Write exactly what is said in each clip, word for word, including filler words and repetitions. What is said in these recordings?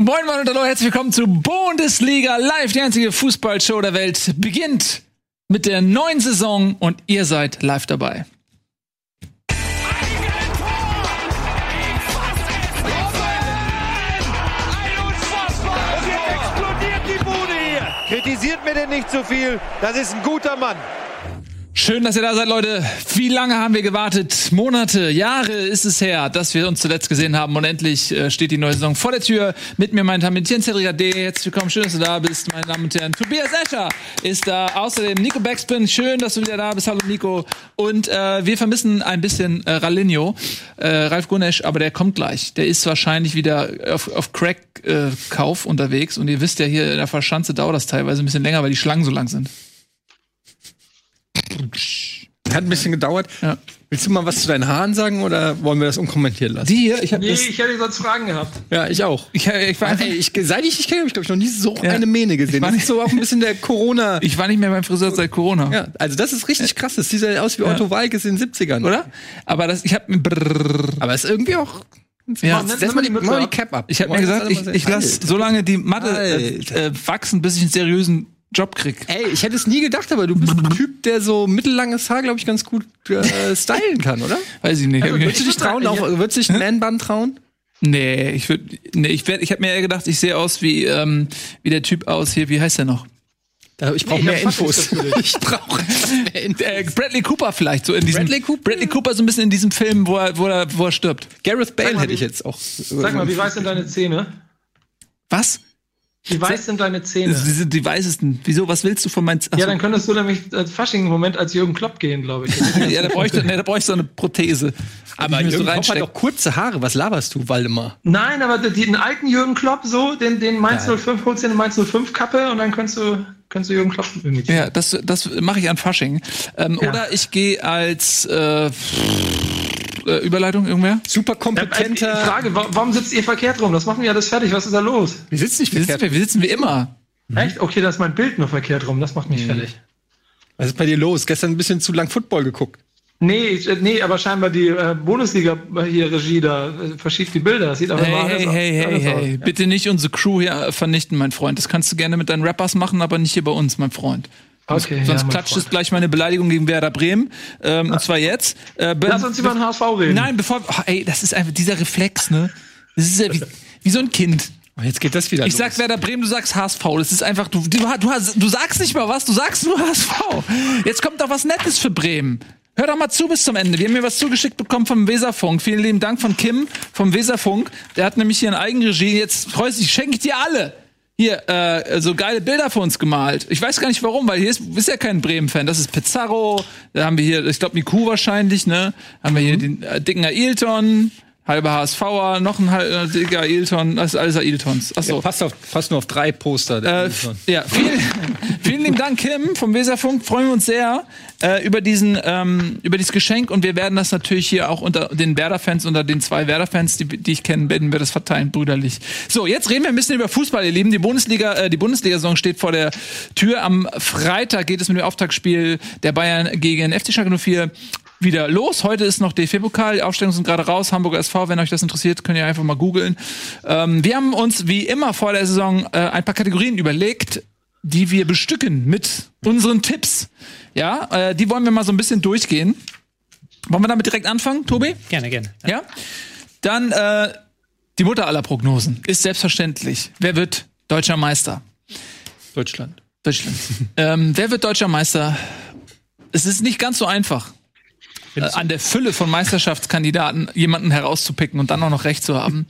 Moin Moin und hallo, herzlich willkommen zu Bundesliga Live. Die einzige Fußballshow der Welt beginnt mit der neuen Saison und ihr seid live dabei. Kritisiert mir denn nicht zu viel, das ist ein guter Mann. Schön, dass ihr da seid, Leute. Wie lange haben wir gewartet? Monate, Jahre ist es her, dass wir uns zuletzt gesehen haben. Und endlich äh, steht die neue Saison vor der Tür. Mit mir mein Tamitieren Cedric A D. Herzlich willkommen, schön, dass du da bist, meine Damen und Herren. Tobias Escher ist da. Außerdem Nico Backspin, schön, dass du wieder da bist. Hallo Nico. Und äh, wir vermissen ein bisschen äh, Ralinho, äh, Ralf Gunesch, aber der kommt gleich. Der ist wahrscheinlich wieder auf, auf Crack-Kauf äh, unterwegs. Und ihr wisst ja, hier in der Verschanze dauert das teilweise ein bisschen länger, weil die Schlangen so lang sind. Hat ein bisschen gedauert. Ja. Willst du mal was zu deinen Haaren sagen oder wollen wir das unkommentiert lassen? Die hier? Ich hab nee, das ich hätte sonst Fragen gehabt. Ja, ich auch. Ich, ich war ey, ich, seit ich dich kenne, habe ich, glaube ich, noch nie so ja. eine Mähne gesehen. Ich war das nicht ist so auch ein bisschen der Corona... Ich war nicht mehr beim Friseur seit Corona. Ja, also das ist richtig krass. Das sieht ja aus wie ja. Otto Walkes in den siebzigern. Oder? Aber das, ich hab mir Aber es ist irgendwie auch... Ja, setz mal die, mal die Cap ab. Ich habe mir gesagt, ich, ich lasse so lange die Matte äh, äh, wachsen, bis ich einen seriösen Job krieg. Ey, ich hätte es nie gedacht, aber du bist ein Typ, der so mittellanges Haar, glaube ich, ganz gut äh, stylen kann, oder? Weiß ich nicht. Also, würdest du dich trauen, auch, würdest du dich einen Man-Bun trauen? Nee, ich würde, nee, ich werde, ich habe mir eher gedacht, ich sehe aus wie, ähm, wie der Typ aus hier, wie heißt der noch? Ich brauche nee, mehr Infos. Ich brauche mehr Infos. Äh, Bradley Cooper vielleicht, so in diesem. Bradley Cooper? Bradley Cooper so ein bisschen in diesem Film, wo er, wo er, wo er stirbt. Gareth Bale mal, hätte ich jetzt auch. Sag mal, wie weiß denn deine Zähne? Was? Wie weiß sind deine Zähne? Sie sind die weißesten. Wieso? Was willst du von meinen Zähnen? Ja, dann könntest du nämlich als Fasching-Moment als Jürgen Klopp gehen, glaube ich. Ja, da bräuchte nee, da bräuchte so eine Prothese. Aber Jürgen Klopp hat doch kurze Haare. Was laberst du, Waldemar? Nein, aber den, den alten Jürgen Klopp so, den, den Mainz null fünf, holst du eine Mainz null fünf Kappe und dann kannst du, kannst du Jürgen Klopp irgendwie. Ja, das, das mache ich an Fasching. Ähm, ja. Oder ich gehe als äh, Überleitung irgendwer? Super kompetenter. Ja, Frage, warum sitzt ihr verkehrt rum? Das machen wir alles fertig. Was ist da los? Wir sitzen nicht verkehrt. Wir sitzen, wir sitzen wie immer. Mhm. Echt? Okay, da ist mein Bild nur verkehrt rum. Das macht mich mhm. fertig. Was ist bei dir los? Gestern ein bisschen zu lang Football geguckt. Nee, ich, nee, aber scheinbar die äh, Bundesliga hier Regie da äh, verschiebt die Bilder. Das sieht auch hey, immer alles hey, hey, alles hey, aus. hey, bitte ja. nicht unsere Crew hier vernichten, mein Freund. Das kannst du gerne mit deinen Rappers machen, aber nicht hier bei uns, mein Freund. Okay, sonst ja, klatscht es gleich meine Beleidigung gegen Werder Bremen. Ähm, ja. Und zwar jetzt. Äh, Lass uns über den H S V reden. Nein, bevor. Oh, ey, das ist einfach dieser Reflex, ne? Das ist ja wie, wie so ein Kind. Oh, jetzt geht das wieder. Ich los. sag Werder Bremen, du sagst H S V. Das ist einfach, du, du, du, hast, du sagst nicht mal was, du sagst nur H S V. Jetzt kommt doch was Nettes für Bremen. Hör doch mal zu bis zum Ende. Wir haben mir was zugeschickt bekommen vom Weserfunk. Vielen lieben Dank von Kim vom Weserfunk. Der hat nämlich hier eine Eigenregie. Jetzt freust du dich, schenke ich dir alle. Hier, äh, so geile Bilder für uns gemalt. Ich weiß gar nicht warum, weil hier ist, ist ja kein Bremen-Fan. Das ist Pizarro. Da haben wir hier, ich glaube, Miku wahrscheinlich, ne? Haben wir hier den äh, dicken Ailton, halber HSVer, noch ein halber dicker Ailton. Das ist alles Ailtons. Achso. Ja, passt, auf, passt nur auf drei Poster. Äh, ja, vielen, vielen lieben Dank, Kim vom Weserfunk. Freuen wir uns sehr äh, über diesen, ähm, über dieses Geschenk und wir werden das natürlich hier auch unter den Werder-Fans, unter den zwei Werder-Fans, die, die ich kenne, werden wir das verteilen, brüderlich. So, jetzt reden wir ein bisschen über Fußball, ihr Lieben. Die Bundesliga, äh, die Bundesliga-Saison steht vor der Tür. Am Freitag geht es mit dem Auftaktspiel der Bayern gegen F C Schalke null vier wieder los. Heute ist noch D F B-Pokal, die Aufstellungen sind gerade raus, Hamburger S V, wenn euch das interessiert, könnt ihr einfach mal googeln. Ähm, wir haben uns wie immer vor der Saison äh, ein paar Kategorien überlegt, die wir bestücken mit unseren Tipps. Ja, äh, die wollen wir mal so ein bisschen durchgehen. Wollen wir damit direkt anfangen, Tobi? Gerne, gerne. Ja? ja? Dann äh, die Mutter aller Prognosen ist selbstverständlich. Wer wird deutscher Meister? Deutschland. Deutschland. ähm, wer wird deutscher Meister? Es ist nicht ganz so einfach. Äh, an der Fülle von Meisterschaftskandidaten jemanden herauszupicken und dann auch noch recht zu haben.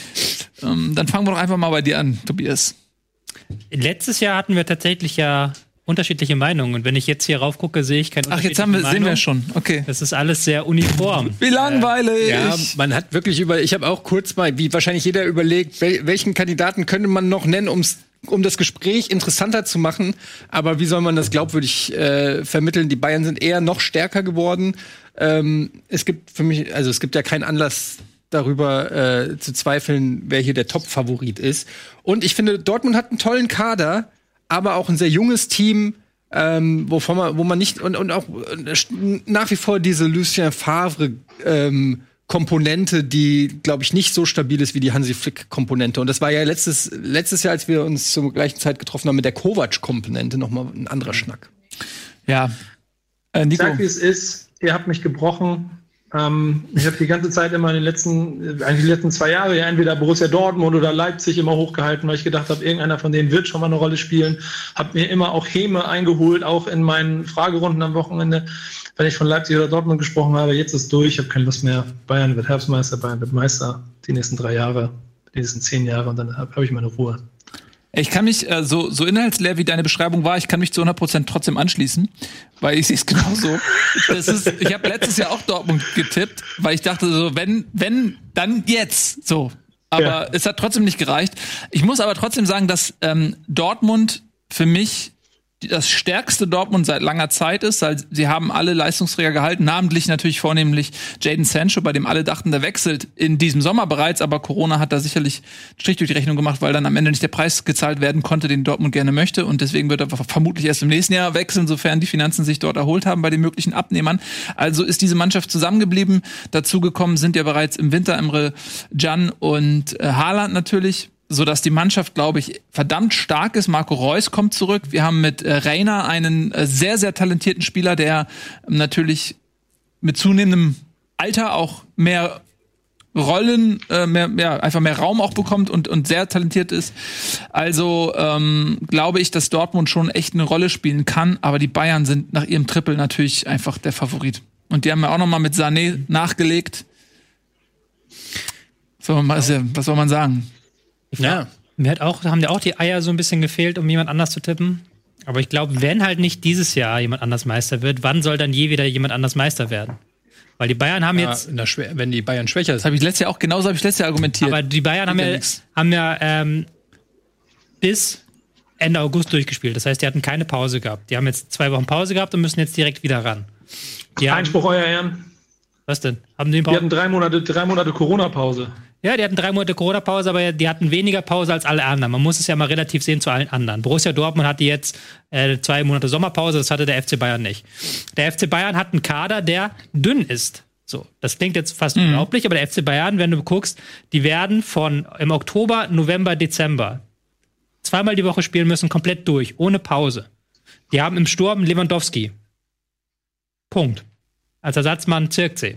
ähm, dann fangen wir doch einfach mal bei dir an, Tobias. Letztes Jahr hatten wir tatsächlich ja unterschiedliche Meinungen. Und wenn ich jetzt hier rauf gucke, sehe ich keine Ach, jetzt haben wir, sehen wir schon. Okay. Das ist alles sehr uniform. Wie langweilig. Äh, ja, man hat wirklich über, ich habe auch kurz mal, wie wahrscheinlich jeder überlegt, wel, welchen Kandidaten könnte man noch nennen, ums um das Gespräch interessanter zu machen. Aber wie soll man das glaubwürdig äh, vermitteln? Die Bayern sind eher noch stärker geworden. Ähm, es gibt für mich, also es gibt ja keinen Anlass darüber äh, zu zweifeln, wer hier der Top-Favorit ist. Und ich finde, Dortmund hat einen tollen Kader, aber auch ein sehr junges Team, ähm, wovon man, wo man nicht und, und auch äh, nach wie vor diese Lucien Favre ähm, Komponente, die, glaube ich, nicht so stabil ist wie die Hansi Flick-Komponente. Und das war ja letztes, letztes Jahr, als wir uns zur gleichen Zeit getroffen haben, mit der Kovac-Komponente nochmal ein anderer Schnack. Ja. Äh, Nico. Ich sag, wie es ist. Ihr habt mich gebrochen. Ähm, ich habe die ganze Zeit immer in den letzten, eigentlich die letzten zwei Jahre ja entweder Borussia Dortmund oder Leipzig immer hochgehalten, weil ich gedacht habe, irgendeiner von denen wird schon mal eine Rolle spielen. Hab mir immer auch Häme eingeholt, auch in meinen Fragerunden am Wochenende, wenn ich von Leipzig oder Dortmund gesprochen habe. Jetzt ist durch, ich habe keine Lust mehr. Bayern wird Herbstmeister, Bayern wird Meister die nächsten drei Jahre, die nächsten zehn Jahre und dann habe hab ich meine Ruhe. Ich kann mich, äh, so, so inhaltsleer wie deine Beschreibung war, ich kann mich zu hundert Prozent trotzdem anschließen, weil ich sehe es genauso. Das ist, ich habe letztes Jahr auch Dortmund getippt, weil ich dachte so, wenn, wenn, dann jetzt, so. Aber ja. Es hat trotzdem nicht gereicht. Ich muss aber trotzdem sagen, dass ähm, Dortmund für mich das stärkste Dortmund seit langer Zeit ist, weil sie haben alle Leistungsträger gehalten, namentlich natürlich vornehmlich Jadon Sancho, bei dem alle dachten, der wechselt in diesem Sommer bereits, aber Corona hat da sicherlich einen Strich durch die Rechnung gemacht, weil dann am Ende nicht der Preis gezahlt werden konnte, den Dortmund gerne möchte, und deswegen wird er vermutlich erst im nächsten Jahr wechseln, sofern die Finanzen sich dort erholt haben bei den möglichen Abnehmern. Also ist diese Mannschaft zusammengeblieben. Dazugekommen sind ja bereits im Winter Emre Can und äh, Haaland natürlich, so dass die Mannschaft, glaube ich, verdammt stark ist. Marco Reus kommt zurück. Wir haben mit äh, Reina einen äh, sehr, sehr talentierten Spieler, der ähm, natürlich mit zunehmendem Alter auch mehr Rollen, äh, mehr, ja, einfach mehr Raum auch bekommt und, und sehr talentiert ist. Also ähm, glaube ich, dass Dortmund schon echt eine Rolle spielen kann, aber die Bayern sind nach ihrem Triple natürlich einfach der Favorit. Und die haben ja auch noch mal mit Sané nachgelegt. So, was soll man sagen? Ja, mir hat auch, haben ja auch die Eier so ein bisschen gefehlt, um jemand anders zu tippen. Aber ich glaube, wenn halt nicht dieses Jahr jemand anders Meister wird, wann soll dann je wieder jemand anders Meister werden? Weil die Bayern haben ja, jetzt, in der Schwä- wenn die Bayern schwächer sind. Das habe ich letztes Jahr auch genauso habe ich letztes Jahr argumentiert. Aber die Bayern haben ja, haben ja ähm, bis Ende August durchgespielt. Das heißt, die hatten keine Pause gehabt. Die haben jetzt zwei Wochen Pause gehabt und müssen jetzt direkt wieder ran. Die Einspruch, euer Ehren. Was denn? Haben die, die hatten drei Monate, drei Monate Corona-Pause. Ja, die hatten drei Monate Corona-Pause, aber die hatten weniger Pause als alle anderen. Man muss es ja mal relativ sehen zu allen anderen. Borussia Dortmund hatte jetzt äh, zwei Monate Sommerpause, das hatte der F C Bayern nicht. Der F C Bayern hat einen Kader, der dünn ist. So, das klingt jetzt fast mhm. unglaublich, aber der F C Bayern, wenn du guckst, die werden von im Oktober, November, Dezember zweimal die Woche spielen müssen, komplett durch, ohne Pause. Die haben im Sturm Lewandowski. Punkt. Als Ersatzmann Zirkzee.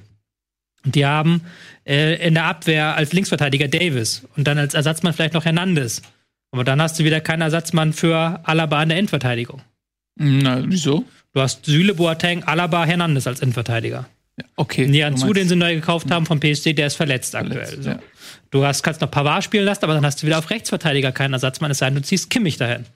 Die haben äh, in der Abwehr als Linksverteidiger Davis und dann als Ersatzmann vielleicht noch Hernandez. Aber dann hast du wieder keinen Ersatzmann für Alaba in der Innenverteidigung. Na, wieso? Du hast Süle, Boateng, Alaba, Hernandez als Innenverteidiger. Ja, okay. Nianzou, den sie neu gekauft haben vom P S G, der ist verletzt, verletzt aktuell. So. Ja. Du hast, kannst noch Pavard spielen lassen, aber dann hast du wieder auf Rechtsverteidiger keinen Ersatzmann, es sei denn, du ziehst Kimmich dahin.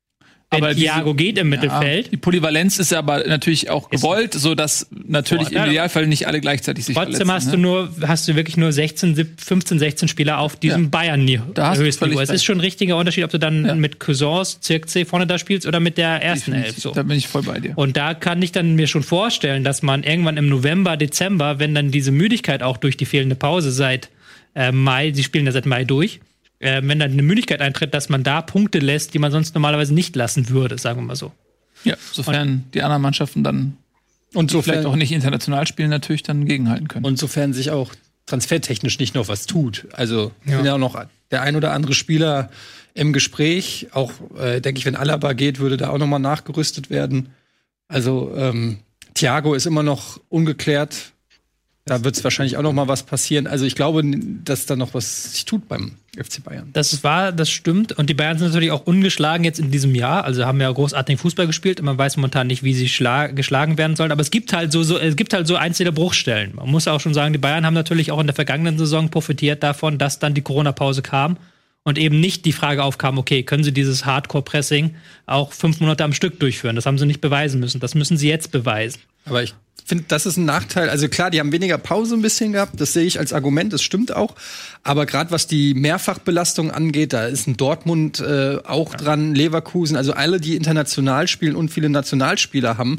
Aber Thiago geht im Mittelfeld. Ja, die Polyvalenz ist aber natürlich auch gewollt, so dass natürlich Boah, im Idealfall nicht alle gleichzeitig sich trotzdem verletzen. Trotzdem hast ne? du nur, hast du wirklich nur sechzehn, fünfzem, sechzehn Spieler auf diesem ja. Bayern-Höchstniveau. Es ist schon ein richtiger Unterschied, ob du dann ja. mit Cousins, Zirkzee vorne da spielst oder mit der ersten Elf. So. Da bin ich voll bei dir. Und da kann ich dann mir schon vorstellen, dass man irgendwann im November, Dezember, wenn dann diese Müdigkeit auch durch die fehlende Pause seit äh, Mai, sie spielen ja seit Mai durch, Äh, wenn dann eine Möglichkeit eintritt, dass man da Punkte lässt, die man sonst normalerweise nicht lassen würde, sagen wir mal so. Ja, sofern und die anderen Mannschaften dann und so vielleicht auch nicht international spielen, natürlich dann gegenhalten können. Und sofern sich auch transfertechnisch nicht noch was tut. Also ja. sind ja auch noch der ein oder andere Spieler im Gespräch. Auch, äh, denke ich, wenn Alaba geht, würde da auch noch mal nachgerüstet werden. Also ähm, Thiago ist immer noch ungeklärt. Da wird es wahrscheinlich auch noch mal was passieren. Also ich glaube, dass da noch was sich tut beim F C Bayern. Das war, das stimmt. Und die Bayern sind natürlich auch ungeschlagen jetzt in diesem Jahr. Also haben ja großartigen Fußball gespielt. Und man weiß momentan nicht, wie sie schla- geschlagen werden sollen. Aber es gibt halt so, so, es gibt halt so einzelne Bruchstellen. Man muss auch schon sagen, die Bayern haben natürlich auch in der vergangenen Saison profitiert davon, dass dann die Corona-Pause kam. Und eben nicht die Frage aufkam, okay, können sie dieses Hardcore-Pressing auch fünf Monate am Stück durchführen? Das haben sie nicht beweisen müssen. Das müssen sie jetzt beweisen. Aber ich finde, das ist ein Nachteil. Also klar, die haben weniger Pause ein bisschen gehabt. Das sehe ich als Argument. Das stimmt auch. Aber gerade was die Mehrfachbelastung angeht, da ist ein Dortmund äh, auch ja. dran, Leverkusen. Also alle, die international spielen und viele Nationalspieler haben,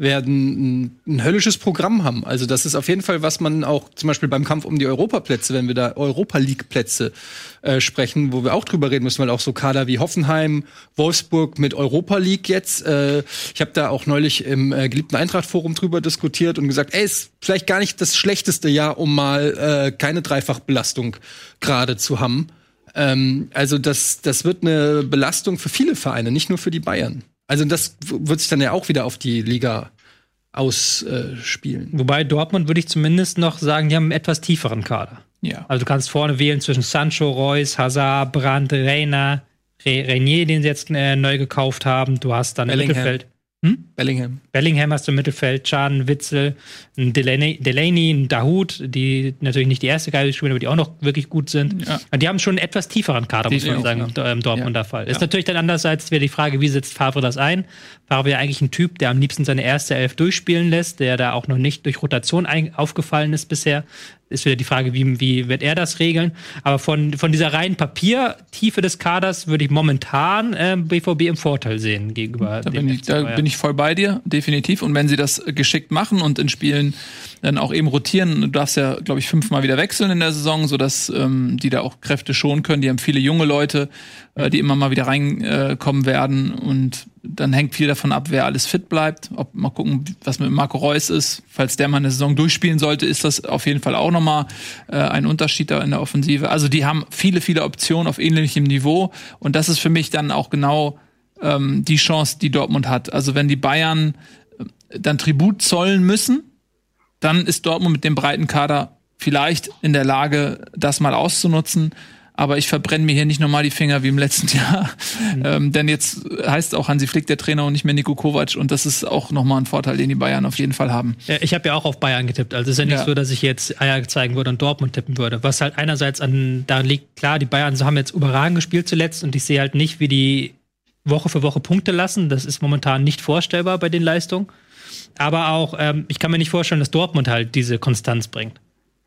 werden ein, ein höllisches Programm haben. Also das ist auf jeden Fall, was man auch zum Beispiel beim Kampf um die Europaplätze, wenn wir da Europa-League-Plätze äh, sprechen, wo wir auch drüber reden müssen, weil auch so Kader wie Hoffenheim, Wolfsburg mit Europa League jetzt. Äh, ich habe da auch neulich im äh, geliebten Eintracht-Forum drüber diskutiert und gesagt, ey, ist vielleicht gar nicht das schlechteste Jahr, um mal äh, keine Dreifachbelastung gerade zu haben. Ähm, also das, das wird eine Belastung für viele Vereine, nicht nur für die Bayern. Also das wird sich dann ja auch wieder auf die Liga ausspielen. Äh, Wobei Dortmund würde ich zumindest noch sagen, die haben einen etwas tieferen Kader. Ja. Also du kannst vorne wählen zwischen Sancho, Reus, Hazard, Brandt, Reina, Re- Renier, den sie jetzt äh, neu gekauft haben. Du hast dann im Bellingham. Mittelfeld. Hm? Bellingham. Bellingham hast du im Mittelfeld, Can, Witzel, ein Delaney, Delaney, ein Dahoud, die natürlich nicht die erste Geige spielen, aber die auch noch wirklich gut sind. Ja. Und die haben schon einen etwas tieferen Kader, muss man sagen, im ähm, Dortmunder Ja. Fall. Ist Ja. natürlich dann andererseits wieder die Frage, wie setzt Favre das ein? Favre ja eigentlich ein Typ, der am liebsten seine erste Elf durchspielen lässt, der da auch noch nicht durch Rotation ein- aufgefallen ist bisher. Ist wieder die Frage, wie, wie wird er das regeln? Aber von, von dieser reinen Papiertiefe des Kaders würde ich momentan äh, B V B im Vorteil sehen gegenüber Da, dem bin ich, F C da Bayern. bin ich voll bei dir, definitiv. Und wenn sie das geschickt machen und in Spielen dann auch eben rotieren, du darfst ja, glaube ich, fünfmal wieder wechseln in der Saison, sodass ähm, die da auch Kräfte schonen können. Die haben viele junge Leute, äh, die immer mal wieder reinkommen äh, werden. Und dann hängt viel davon ab, wer alles fit bleibt. Ob, mal gucken, was mit Marco Reus ist. Falls der mal eine Saison durchspielen sollte, ist das auf jeden Fall auch nochmal äh, ein Unterschied da in der Offensive. Also die haben viele, viele Optionen auf ähnlichem Niveau. Und das ist für mich dann auch genau ähm, die Chance, die Dortmund hat. Also wenn die Bayern äh, dann Tribut zollen müssen, dann ist Dortmund mit dem breiten Kader vielleicht in der Lage, das mal auszunutzen. Aber ich verbrenne mir hier nicht nochmal die Finger wie im letzten Jahr. Mhm. Ähm, denn jetzt heißt auch Hansi Flick der Trainer und nicht mehr Niko Kovac. Und das ist auch nochmal ein Vorteil, den die Bayern auf jeden Fall haben. Ja, ich habe ja auch auf Bayern getippt. Also es ist ja nicht Ja. so, dass ich jetzt Eier zeigen würde und Dortmund tippen würde. Was halt einerseits an da liegt, klar, die Bayern haben jetzt überragend gespielt zuletzt und ich sehe halt nicht, wie die Woche für Woche Punkte lassen. Das ist momentan nicht vorstellbar bei den Leistungen. Aber auch, ähm, ich kann mir nicht vorstellen, dass Dortmund halt diese Konstanz bringt.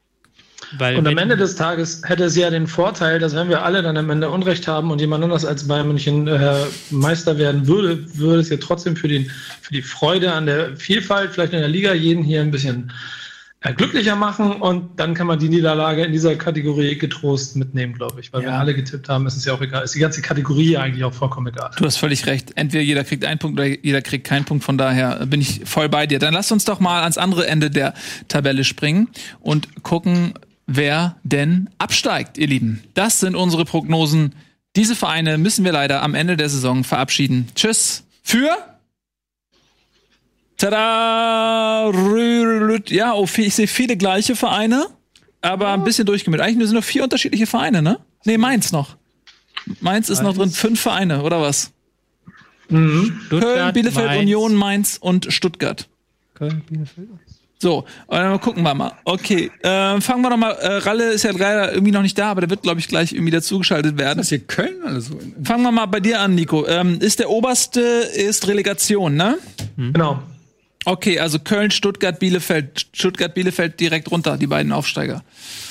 Weil Und am wenn- Ende des Tages hätte es ja den Vorteil, dass wenn wir alle dann am Ende Unrecht haben und jemand anders als Bayern München äh, Meister werden würde, würde es ja trotzdem für, den, für die Freude an der Vielfalt, vielleicht in der Liga, jeden hier ein bisschen äh, glücklicher machen. Und dann kann man die Niederlage in dieser Kategorie getrost mitnehmen, glaube ich. Weil Ja. wenn alle getippt haben, ist es ja auch egal. Ist die ganze Kategorie eigentlich auch vollkommen egal. Du hast völlig recht. Entweder jeder kriegt einen Punkt oder jeder kriegt keinen Punkt. Von daher bin ich voll bei dir. Dann lass uns doch mal ans andere Ende der Tabelle springen und gucken, wer denn absteigt, ihr Lieben. Das sind unsere Prognosen. Diese Vereine müssen wir leider am Ende der Saison verabschieden. Tschüss für... Tada! Ja, oh, ich sehe viele gleiche Vereine, aber ein bisschen durchgemischt. Eigentlich sind nur vier unterschiedliche Vereine, ne? Nee, Mainz noch. Mainz ist noch drin. Fünf Vereine, oder was? Mhm. Köln, Stuttgart, Bielefeld, Mainz. Union, Mainz und Stuttgart. Köln, Bielefeld. So, und dann gucken wir mal. Okay, äh, fangen wir doch mal. Äh, Ralle ist ja leider irgendwie noch nicht da, aber der wird, glaube ich, gleich irgendwie dazugeschaltet werden. Das hier Köln alles so. Fangen wir mal bei dir an, Nico. Ähm, ist der oberste ist Relegation, ne? Genau. Okay, also Köln, Stuttgart, Bielefeld. Stuttgart, Bielefeld direkt runter, die beiden Aufsteiger.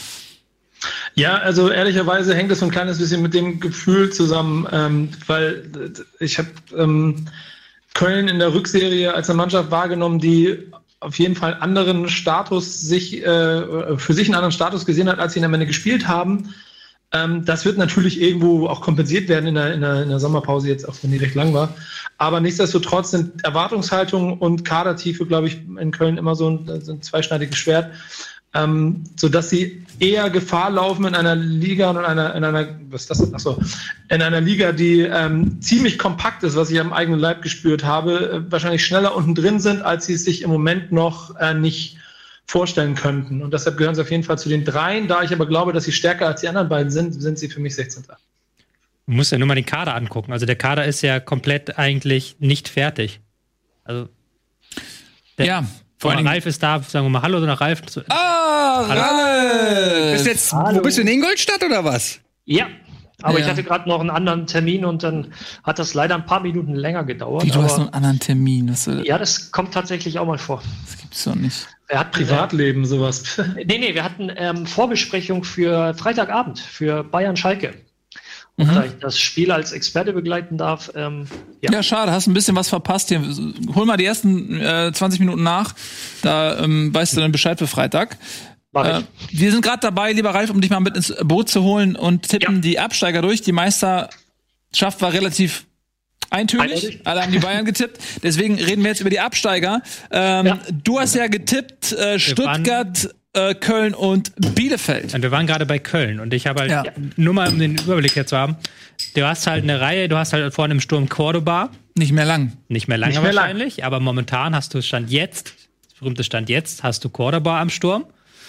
Ja, also ehrlicherweise hängt das so ein kleines bisschen mit dem Gefühl zusammen, ähm, weil äh, ich habe ähm, Köln in der Rückserie als eine Mannschaft wahrgenommen, die auf jeden Fall anderen Status sich äh, für sich einen anderen Status gesehen hat, als sie am Ende gespielt haben. Ähm, das wird natürlich irgendwo auch kompensiert werden in der, in, der, in der Sommerpause jetzt, auch wenn die recht lang war. Aber nichtsdestotrotz sind Erwartungshaltung und Kadertiefe, glaube ich, in Köln immer so ein, so ein zweischneidiges Schwert. Ähm, so dass sie eher Gefahr laufen in einer Liga und in einer, in einer, was ist das? Achso, in einer Liga, die ähm, ziemlich kompakt ist, was ich am eigenen Leib gespürt habe, äh, wahrscheinlich schneller unten drin sind, als sie es sich im Moment noch äh, nicht vorstellen könnten. Und deshalb gehören sie auf jeden Fall zu den dreien. Da ich aber glaube, dass sie stärker als die anderen beiden sind, sind sie für mich sechzehnter Du musst ja nur mal den Kader angucken. Also der Kader ist ja komplett eigentlich nicht fertig. Also der, Ja, vor vor allen Dingen. Ralf ist da, sagen wir mal Hallo nach Ralf. Ah, Ralle! Bist jetzt, wo bist du in Ingolstadt oder was? Ja, aber Ja. ich hatte gerade noch einen anderen Termin und dann hat das leider ein paar Minuten länger gedauert. Wie, du aber, hast noch einen anderen Termin. Das, äh, ja, das kommt tatsächlich auch mal vor. das gibt's doch nicht. Wir hatten, Privatleben, sowas. Äh, nee, nee, wir hatten ähm, Vorbesprechung für Freitagabend, für Bayern-Schalke. Und Mhm. da ich das Spiel als Experte begleiten darf, ähm, ja. Ja, schade, hast ein bisschen was verpasst hier. Hol mal die ersten äh, zwanzig Minuten nach. Da ähm, weißt du dann Bescheid für Freitag. Äh, wir sind gerade dabei, lieber Ralf, um dich mal mit ins Boot zu holen und tippen ja. die Absteiger durch. Die Meisterschaft war relativ eintönig. Eindeutig. Alle haben die Bayern getippt. Deswegen reden wir jetzt über die Absteiger. Ähm, ja. Du hast ja getippt äh, Stuttgart, äh, Köln und Bielefeld. Und wir waren gerade bei Köln. Und ich habe halt, ja. nur mal um den Überblick hier zu haben, du hast halt eine Reihe, du hast halt vorne im Sturm Cordoba. Nicht mehr lang. Nicht mehr lange Nicht mehr wahrscheinlich. Lang. Aber momentan hast du Stand jetzt, das berühmte Stand jetzt, hast du Cordoba am Sturm.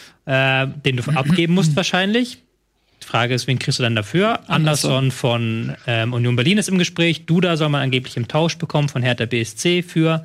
Äh, den du abgeben musst wahrscheinlich. Die Frage ist, wen kriegst du dann dafür? Anderson von ähm, Union Berlin ist im Gespräch. Duda soll man angeblich im Tausch bekommen von Hertha B S C für,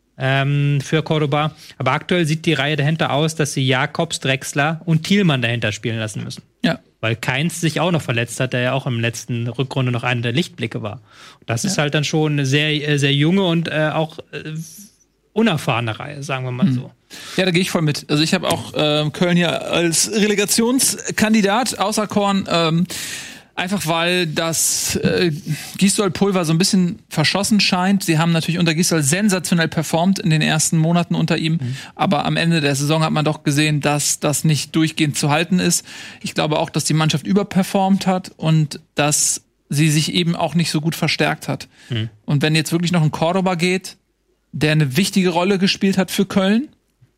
ähm, für Cordoba. Aber aktuell sieht die Reihe dahinter aus, dass sie Jakobs, Drexler und Thielmann dahinter spielen lassen müssen. Ja. Weil Keins sich auch noch verletzt hat, der ja auch im letzten Rückrunde noch einer der Lichtblicke war. Und das ja. ist halt dann schon eine sehr, sehr junge und äh, auch äh, unerfahrene Reihe, sagen wir mal so. Ja, da gehe ich voll mit. Also ich habe auch äh, Köln hier als Relegationskandidat auserkoren, ähm, einfach weil das äh, Gisdol-Pulver so ein bisschen verschossen scheint. Sie haben natürlich unter Gisdol sensationell performt in den ersten Monaten unter ihm, mhm. aber am Ende der Saison hat man doch gesehen, dass das nicht durchgehend zu halten ist. Ich glaube auch, dass die Mannschaft überperformt hat und dass sie sich eben auch nicht so gut verstärkt hat. Mhm. Und wenn jetzt wirklich noch ein Cordoba geht, der eine wichtige Rolle gespielt hat für Köln,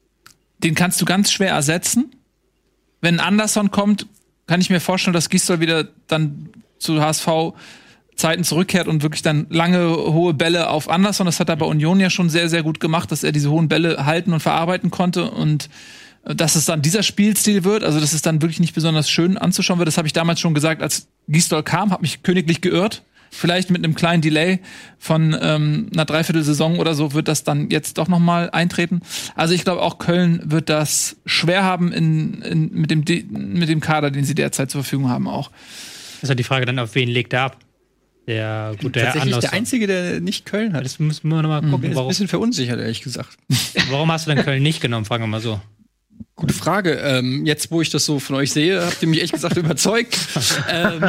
den kannst du ganz schwer ersetzen. Wenn Anderson kommt, kann ich mir vorstellen, dass Gisdol wieder dann zu H S V-Zeiten zurückkehrt und wirklich dann lange hohe Bälle auf Anderson. Das hat er bei Union ja schon sehr, sehr gut gemacht, dass er diese hohen Bälle halten und verarbeiten konnte und dass es dann dieser Spielstil wird, also dass es dann wirklich nicht besonders schön anzuschauen wird. Das habe ich damals schon gesagt, als Gisdol kam, habe mich königlich geirrt. Vielleicht mit einem kleinen Delay von ähm, einer Dreiviertelsaison oder so wird das dann jetzt doch noch mal eintreten. Also ich glaube, auch Köln wird das schwer haben in, in, mit, dem De- mit dem Kader, den sie derzeit zur Verfügung haben auch. Das ist ja die Frage dann, auf wen legt er ab? Der gute Herr Tatsächlich Anderson. Der Einzige, der nicht Köln hat. Das müssen wir noch mal gucken. Mhm. Warum? Ist ein bisschen verunsichert, ehrlich gesagt. Warum hast du denn Köln nicht genommen? Fragen wir mal so. Gute Frage. Ähm, jetzt, wo ich das so von euch sehe, habt ihr mich echt gesagt überzeugt. ähm,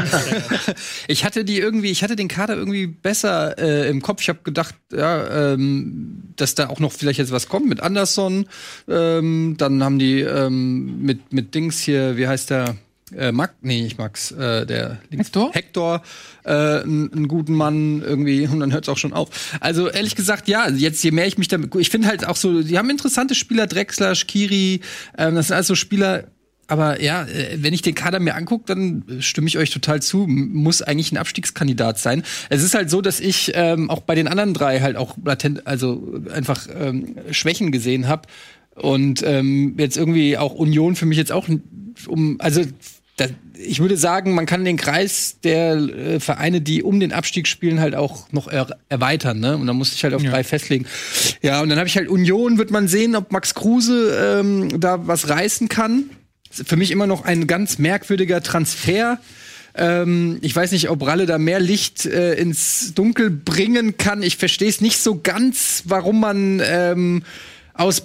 ich hatte die irgendwie, ich hatte den Kader irgendwie besser äh, im Kopf. Ich habe gedacht, ja, ähm, dass da auch noch vielleicht jetzt was kommt mit Anderson. Ähm, dann haben die ähm, mit mit Dings hier, wie heißt der? Äh, Max, nee, nicht Max, äh, der Hector, Hector, äh, einen guten Mann irgendwie, und dann hört es auch schon auf. Also ehrlich gesagt, ja, jetzt je mehr ich mich damit, ich finde halt auch so, die haben interessante Spieler, Drexler, Schkiri, ähm, das sind also Spieler, aber ja, äh, wenn ich den Kader mir angucke, dann stimme ich euch total zu, muss eigentlich ein Abstiegskandidat sein. Es ist halt so, dass ich ähm, auch bei den anderen drei halt auch latent, also einfach ähm, Schwächen gesehen habe und ähm, jetzt irgendwie auch Union für mich jetzt auch um, also Da, ich würde sagen, man kann den Kreis der äh, Vereine, die um den Abstieg spielen, halt auch noch er- erweitern, ne? Und dann muss ich halt auf ja. drei festlegen. Ja, und dann habe ich halt Union, wird man sehen, ob Max Kruse ähm, da was reißen kann. Das ist für mich immer noch ein ganz merkwürdiger Transfer. Ähm, ich weiß nicht, ob Ralle da mehr Licht äh, ins Dunkel bringen kann. Ich verstehe es nicht so ganz, warum man ähm, aus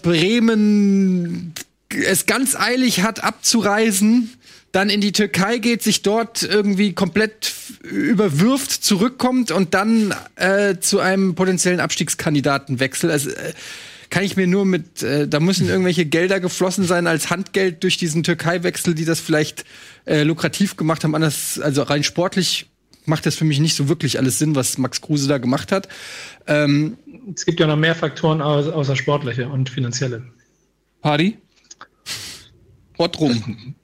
Bremen es ganz eilig hat, abzureisen, dann in die Türkei geht, sich dort irgendwie komplett überwirft, zurückkommt und dann äh, zu einem potenziellen Abstiegskandidaten wechselt. Also äh, kann ich mir nur mit, äh, da müssen irgendwelche Gelder geflossen sein als Handgeld durch diesen Türkei-Wechsel, die das vielleicht äh, lukrativ gemacht haben. Anders, also rein sportlich macht das für mich nicht so wirklich alles Sinn, was Max Kruse da gemacht hat. Ähm, es gibt ja noch mehr Faktoren außer, außer sportliche und finanzielle. Party? Rottrum.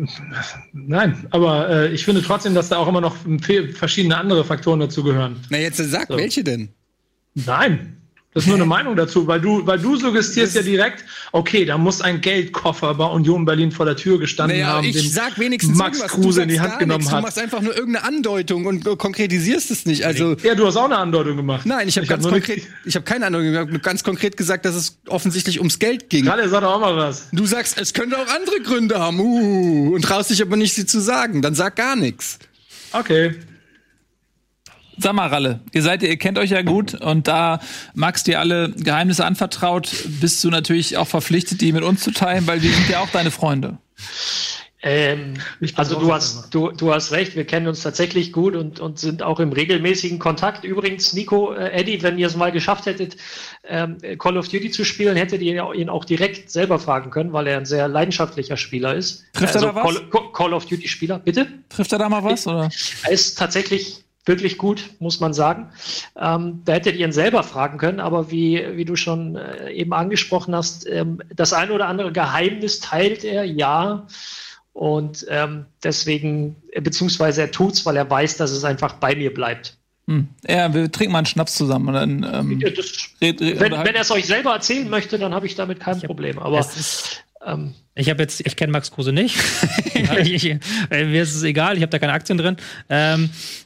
Nein, aber äh, ich finde trotzdem, dass da auch immer noch verschiedene andere Faktoren dazu gehören. Na, jetzt sag, so. Welche denn? Nein. Das ist nur eine Meinung dazu, weil du, weil du suggestierst ja direkt, okay, da muss ein Geldkoffer bei Union Berlin vor der Tür gestanden naja, haben, ich den sag wenigstens Max Kruse in die Hand genommen nichts. hat. Du machst einfach nur irgendeine Andeutung und konkretisierst es nicht. Also ja, du hast auch eine Andeutung gemacht. Nein, ich habe ganz hab konkret, ich habe keine Andeutung gemacht, ich habe ganz konkret gesagt, dass es offensichtlich ums Geld ging. Gerade sag doch auch mal was. Du sagst, es könnte auch andere Gründe haben, uh, und traust dich aber nicht, sie zu sagen. Dann sag gar nichts. Okay. Sag mal, Ralle, ihr seid, ihr kennt euch ja gut und da Max dir alle Geheimnisse anvertraut, bist du natürlich auch verpflichtet, die mit uns zu teilen, weil wir sind ja auch deine Freunde. Ähm, also du hast, du, du hast recht, wir kennen uns tatsächlich gut und, und sind auch im regelmäßigen Kontakt. Übrigens, Nico, äh, Eddie, wenn ihr es mal geschafft hättet, ähm, Call of Duty zu spielen, hättet ihr ihn auch direkt selber fragen können, weil er ein sehr leidenschaftlicher Spieler ist. Trifft also er da was? Call, Call of Duty Spieler, bitte? Trifft er da mal was? Oder? Er ist tatsächlich wirklich gut, muss man sagen. Ähm, da hättet ihr ihn selber fragen können, aber wie, wie du schon äh, eben angesprochen hast, ähm, das ein oder andere Geheimnis teilt er, ja. Und ähm, deswegen, beziehungsweise er tut's, weil er weiß, dass es einfach bei mir bleibt. Hm. Ja, wir trinken mal einen Schnaps zusammen. Und dann, ähm, ja, das, red, red, wenn, halt wenn er es euch selber erzählen möchte, dann habe ich damit kein ich Problem. Hab, Aber ist, ähm, ich habe jetzt, ich kenne Max Kruse nicht. ich, ich, mir ist es egal, ich habe da keine Aktien drin. Ähm,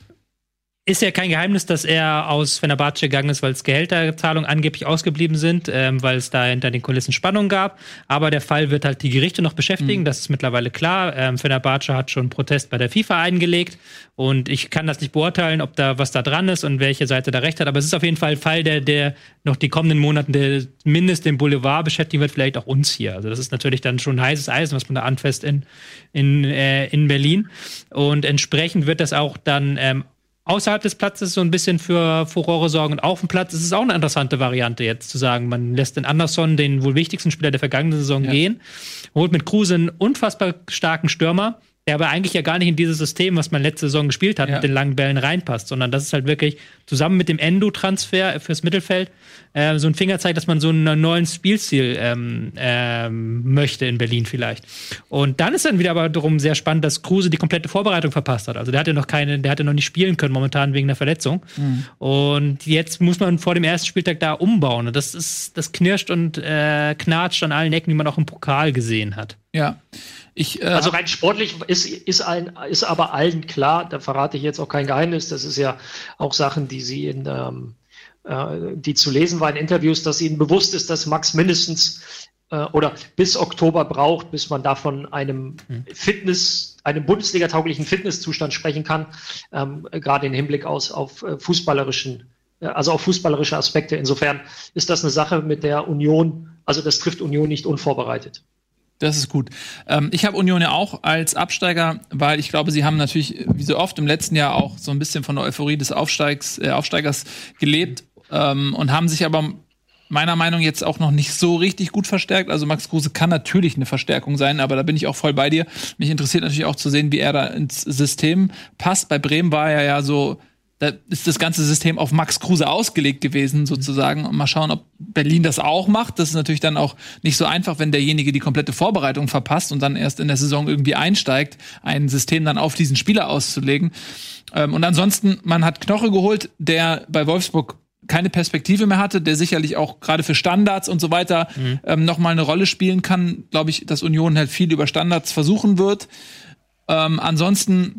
Ist ja kein Geheimnis, dass er aus Fenerbahce gegangen ist, weil es Gehälterzahlungen angeblich ausgeblieben sind, ähm, weil es da hinter den Kulissen Spannung gab. Aber der Fall wird halt die Gerichte noch beschäftigen, mhm. das ist mittlerweile klar. Ähm, Fenerbahce hat schon einen Protest bei der FIFA eingelegt und ich kann das nicht beurteilen, ob da was da dran ist und welche Seite da recht hat. Aber es ist auf jeden Fall ein Fall, der, der noch die kommenden Monate der mindestens den Boulevard beschäftigen wird, vielleicht auch uns hier. Also das ist natürlich dann schon ein heißes Eisen, was man da anfasst in, in, äh, in Berlin. Und entsprechend wird das auch dann ähm, außerhalb des Platzes so ein bisschen für Furore sorgen. Und auf dem Platz ist es auch eine interessante Variante jetzt zu sagen, man lässt den Anderson, den wohl wichtigsten Spieler der vergangenen Saison, ja. gehen, holt mit Kruse einen unfassbar starken Stürmer, der aber eigentlich ja gar nicht in dieses System, was man letzte Saison gespielt hat, ja. mit den langen Bällen reinpasst, sondern das ist halt wirklich zusammen mit dem Endo-Transfer fürs Mittelfeld äh, so ein Fingerzeig, dass man so einen neuen Spielstil ähm, ähm, möchte in Berlin vielleicht. Und dann ist dann wieder aber darum sehr spannend, dass Kruse die komplette Vorbereitung verpasst hat. Also der hatte noch keine, der hatte noch nicht spielen können momentan wegen der Verletzung. Mhm. Und jetzt muss man vor dem ersten Spieltag da umbauen. Und das ist, das knirscht und äh, knatscht an allen Ecken, die man auch im Pokal gesehen hat. Ja. Ich, äh, also rein sportlich ist, ist, allen, ist aber allen klar, da verrate ich jetzt auch kein Geheimnis, das ist ja auch Sachen, die sie in, ähm, äh, die zu lesen war in Interviews, dass ihnen bewusst ist, dass Max mindestens äh, oder bis Oktober braucht, bis man davon einem Fitness, einem Bundesliga-tauglichen Fitnesszustand sprechen kann, ähm, gerade im Hinblick aus, auf äh, fußballerischen, äh, also auf fußballerische Aspekte. Insofern ist das eine Sache, mit der Union, also das trifft Union nicht unvorbereitet. Das ist gut. Ähm, ich habe Union ja auch als Absteiger, weil ich glaube, sie haben natürlich, wie so oft im letzten Jahr auch so ein bisschen von der Euphorie des Aufsteigs, äh, Aufsteigers gelebt ähm, und haben sich aber meiner Meinung nach jetzt auch noch nicht so richtig gut verstärkt. Also Max Kruse kann natürlich eine Verstärkung sein, aber da bin ich auch voll bei dir. Mich interessiert natürlich auch zu sehen, wie er da ins System passt. Bei Bremen war er ja so, da ist das ganze System auf Max Kruse ausgelegt gewesen, sozusagen. Und mal schauen, ob Berlin das auch macht. Das ist natürlich dann auch nicht so einfach, wenn derjenige die komplette Vorbereitung verpasst und dann erst in der Saison irgendwie einsteigt, ein System dann auf diesen Spieler auszulegen. Und ansonsten, man hat Knoche geholt, der bei Wolfsburg keine Perspektive mehr hatte, der sicherlich auch gerade für Standards und so weiter mhm. ähm, noch mal eine Rolle spielen kann. Glaube ich, dass Union halt viel über Standards versuchen wird. Ähm, ansonsten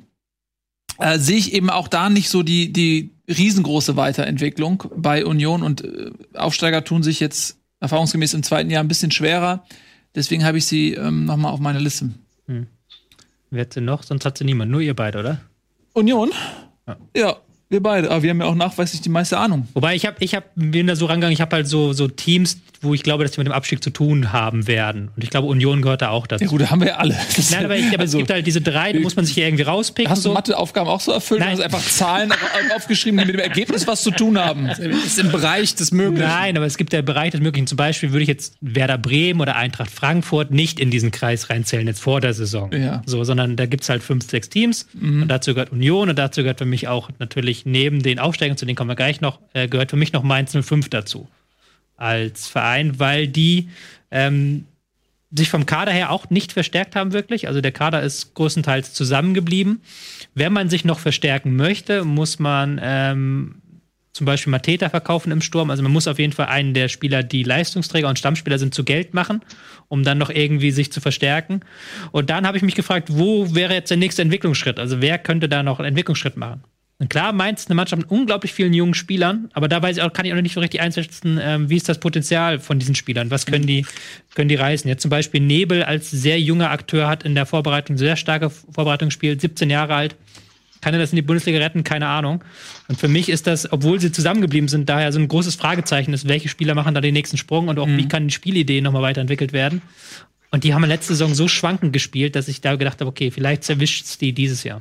Äh, sehe ich eben auch da nicht so die, die riesengroße Weiterentwicklung bei Union und äh, Aufsteiger tun sich jetzt erfahrungsgemäß im zweiten Jahr ein bisschen schwerer. Deswegen habe ich sie ähm, noch mal auf meiner Liste. Hm. Wer hat sie noch? Sonst hat sie niemand. Nur ihr beide, oder? Union? Ja. Ja, wir beide. Aber wir haben ja auch nachweislich die meiste Ahnung. Wobei ich habe, ich hab, bin da so rangegangen, ich habe halt so, so Teams, wo ich glaube, dass die mit dem Abstieg zu tun haben werden. Und ich glaube, Union gehört da auch dazu. Ja gut, da haben wir ja alle. Das Nein, aber, ich, aber also, es gibt halt diese drei, da muss man sich hier irgendwie rauspicken. Hast du so. Matheaufgaben auch so erfüllt? Nein. Du hast einfach Zahlen aufgeschrieben, die mit dem Ergebnis was zu tun haben. Das ist im Bereich des Möglichen. Nein, aber es gibt der Bereich des Möglichen. Zum Beispiel würde ich jetzt Werder Bremen oder Eintracht Frankfurt nicht in diesen Kreis reinzählen, jetzt vor der Saison. Ja. So, sondern da gibt's halt fünf, sechs Teams. Mhm. Und dazu gehört Union und dazu gehört für mich auch natürlich neben den Aufsteigern, zu denen kommen wir gleich noch, äh, gehört für mich noch Mainz null fünf dazu. Als Verein, weil die ähm, sich vom Kader her auch nicht verstärkt haben wirklich. Also der Kader ist größtenteils zusammengeblieben. Wenn man sich noch verstärken möchte, muss man ähm, zum Beispiel Mateta verkaufen im Sturm. Also man muss auf jeden Fall einen der Spieler, die Leistungsträger und Stammspieler sind, zu Geld machen, um dann noch irgendwie sich zu verstärken. Und dann habe ich mich gefragt, wo wäre jetzt der nächste Entwicklungsschritt? Also wer könnte da noch einen Entwicklungsschritt machen? Und klar, Mainz ist eine Mannschaft mit unglaublich vielen jungen Spielern, aber da weiß ich auch, kann ich auch noch nicht so richtig einschätzen, ähm, wie ist das Potenzial von diesen Spielern, was können die, können die reißen. Jetzt zum Beispiel Nebel als sehr junger Akteur hat in der Vorbereitung sehr starke Vorbereitung gespielt, siebzehn Jahre alt. Kann er das in die Bundesliga retten? Keine Ahnung. Und für mich ist das, obwohl sie zusammengeblieben sind, daher so ein großes Fragezeichen ist, welche Spieler machen da den nächsten Sprung und auch mhm. wie kann die Spielidee nochmal weiterentwickelt werden. Und die haben letzte Saison so schwankend gespielt, dass ich da gedacht habe, okay, vielleicht erwischt es die dieses Jahr.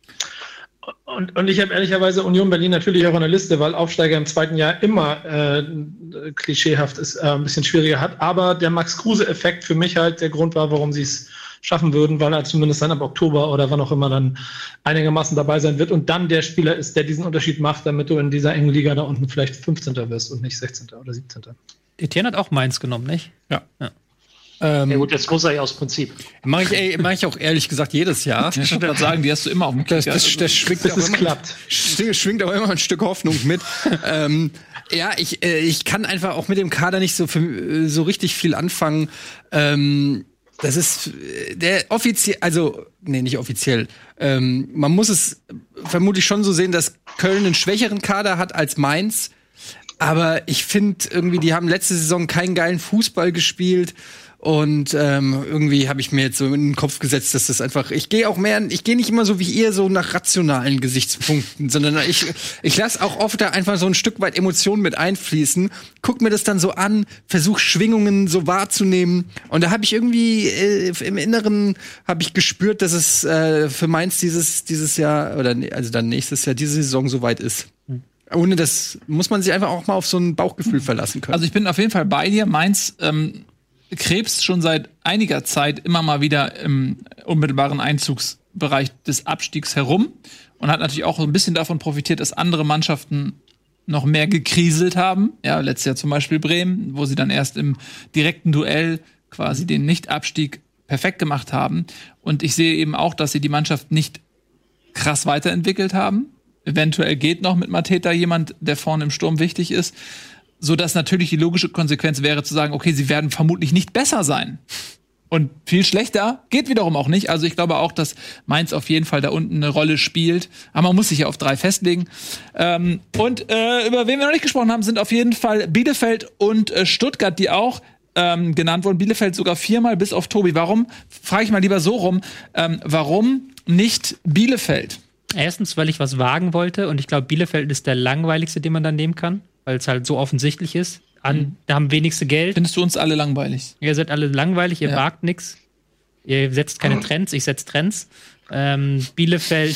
Und, und ich habe ehrlicherweise Union Berlin natürlich auch in der Liste, weil Aufsteiger im zweiten Jahr immer äh, klischeehaft ist, äh, ein bisschen schwieriger hat. Aber der Max-Kruse-Effekt für mich halt der Grund war, warum sie es schaffen würden, weil er zumindest dann ab Oktober oder wann auch immer dann einigermaßen dabei sein wird und dann der Spieler ist, der diesen Unterschied macht, damit du in dieser engen Liga da unten vielleicht fünfzehnter wirst und nicht sechzehnter oder siebzehnter Etienne hat auch Mainz genommen, nicht? Ja. ja. Ähm, ja gut, das muss er ja aus Prinzip. Mache ich, ey, mach ich auch ehrlich gesagt jedes Jahr. Ich würde sagen, die hast du immer auf dem Kicker. Das, das, das schwingt bis auch es immer, klappt. Schwingt auch immer ein Stück Hoffnung mit. ähm, ja, ich, äh, ich kann einfach auch mit dem Kader nicht so, für, so richtig viel anfangen. Ähm, das ist äh, der offiziell, also, nee, nicht offiziell. Ähm, man muss es vermutlich schon so sehen, dass Köln einen schwächeren Kader hat als Mainz. Aber ich finde irgendwie, die haben letzte Saison keinen geilen Fußball gespielt. Und ähm, irgendwie habe ich mir jetzt so in den Kopf gesetzt, dass das einfach, ich gehe auch mehr, ich gehe nicht immer so wie ihr so nach rationalen Gesichtspunkten, sondern ich ich lasse auch oft da einfach so ein Stück weit Emotionen mit einfließen, guck mir das dann so an, versuche Schwingungen so wahrzunehmen und da habe ich irgendwie äh, im Inneren habe ich gespürt, dass es äh, für Mainz dieses dieses Jahr oder also dann nächstes Jahr diese Saison soweit ist. Ohne das muss man sich einfach auch mal auf so ein Bauchgefühl verlassen können. Also ich bin auf jeden Fall bei dir. Mainz ähm, krebst schon seit einiger Zeit immer mal wieder im unmittelbaren Einzugsbereich des Abstiegs herum und hat natürlich auch ein bisschen davon profitiert, dass andere Mannschaften noch mehr gekriselt haben. Ja, letztes Jahr zum Beispiel Bremen, wo sie dann erst im direkten Duell quasi den Nicht-Abstieg perfekt gemacht haben. Und ich sehe eben auch, dass sie die Mannschaft nicht krass weiterentwickelt haben. Eventuell geht noch mit Mateta jemand, der vorne im Sturm wichtig ist. So dass natürlich die logische Konsequenz wäre zu sagen, okay, sie werden vermutlich nicht besser sein. Und viel schlechter geht wiederum auch nicht. Also ich glaube auch, dass Mainz auf jeden Fall da unten eine Rolle spielt. Aber man muss sich ja auf drei festlegen. Ähm, und äh, über wen wir noch nicht gesprochen haben, sind auf jeden Fall Bielefeld und äh, Stuttgart, die auch ähm, genannt wurden. Bielefeld sogar viermal, bis auf Tobi. Warum? Frage ich mal lieber so rum. Ähm, warum nicht Bielefeld? Erstens, weil ich was wagen wollte. Und ich glaube, Bielefeld ist der langweiligste, den man dann nehmen kann. Weil es halt so offensichtlich ist. An, mhm. Da haben wenigste Geld. Findest du uns alle langweilig? Ihr seid alle langweilig, ihr ja. wagt nichts. Ihr setzt keine Trends, ich setze Trends. Ähm, Bielefeld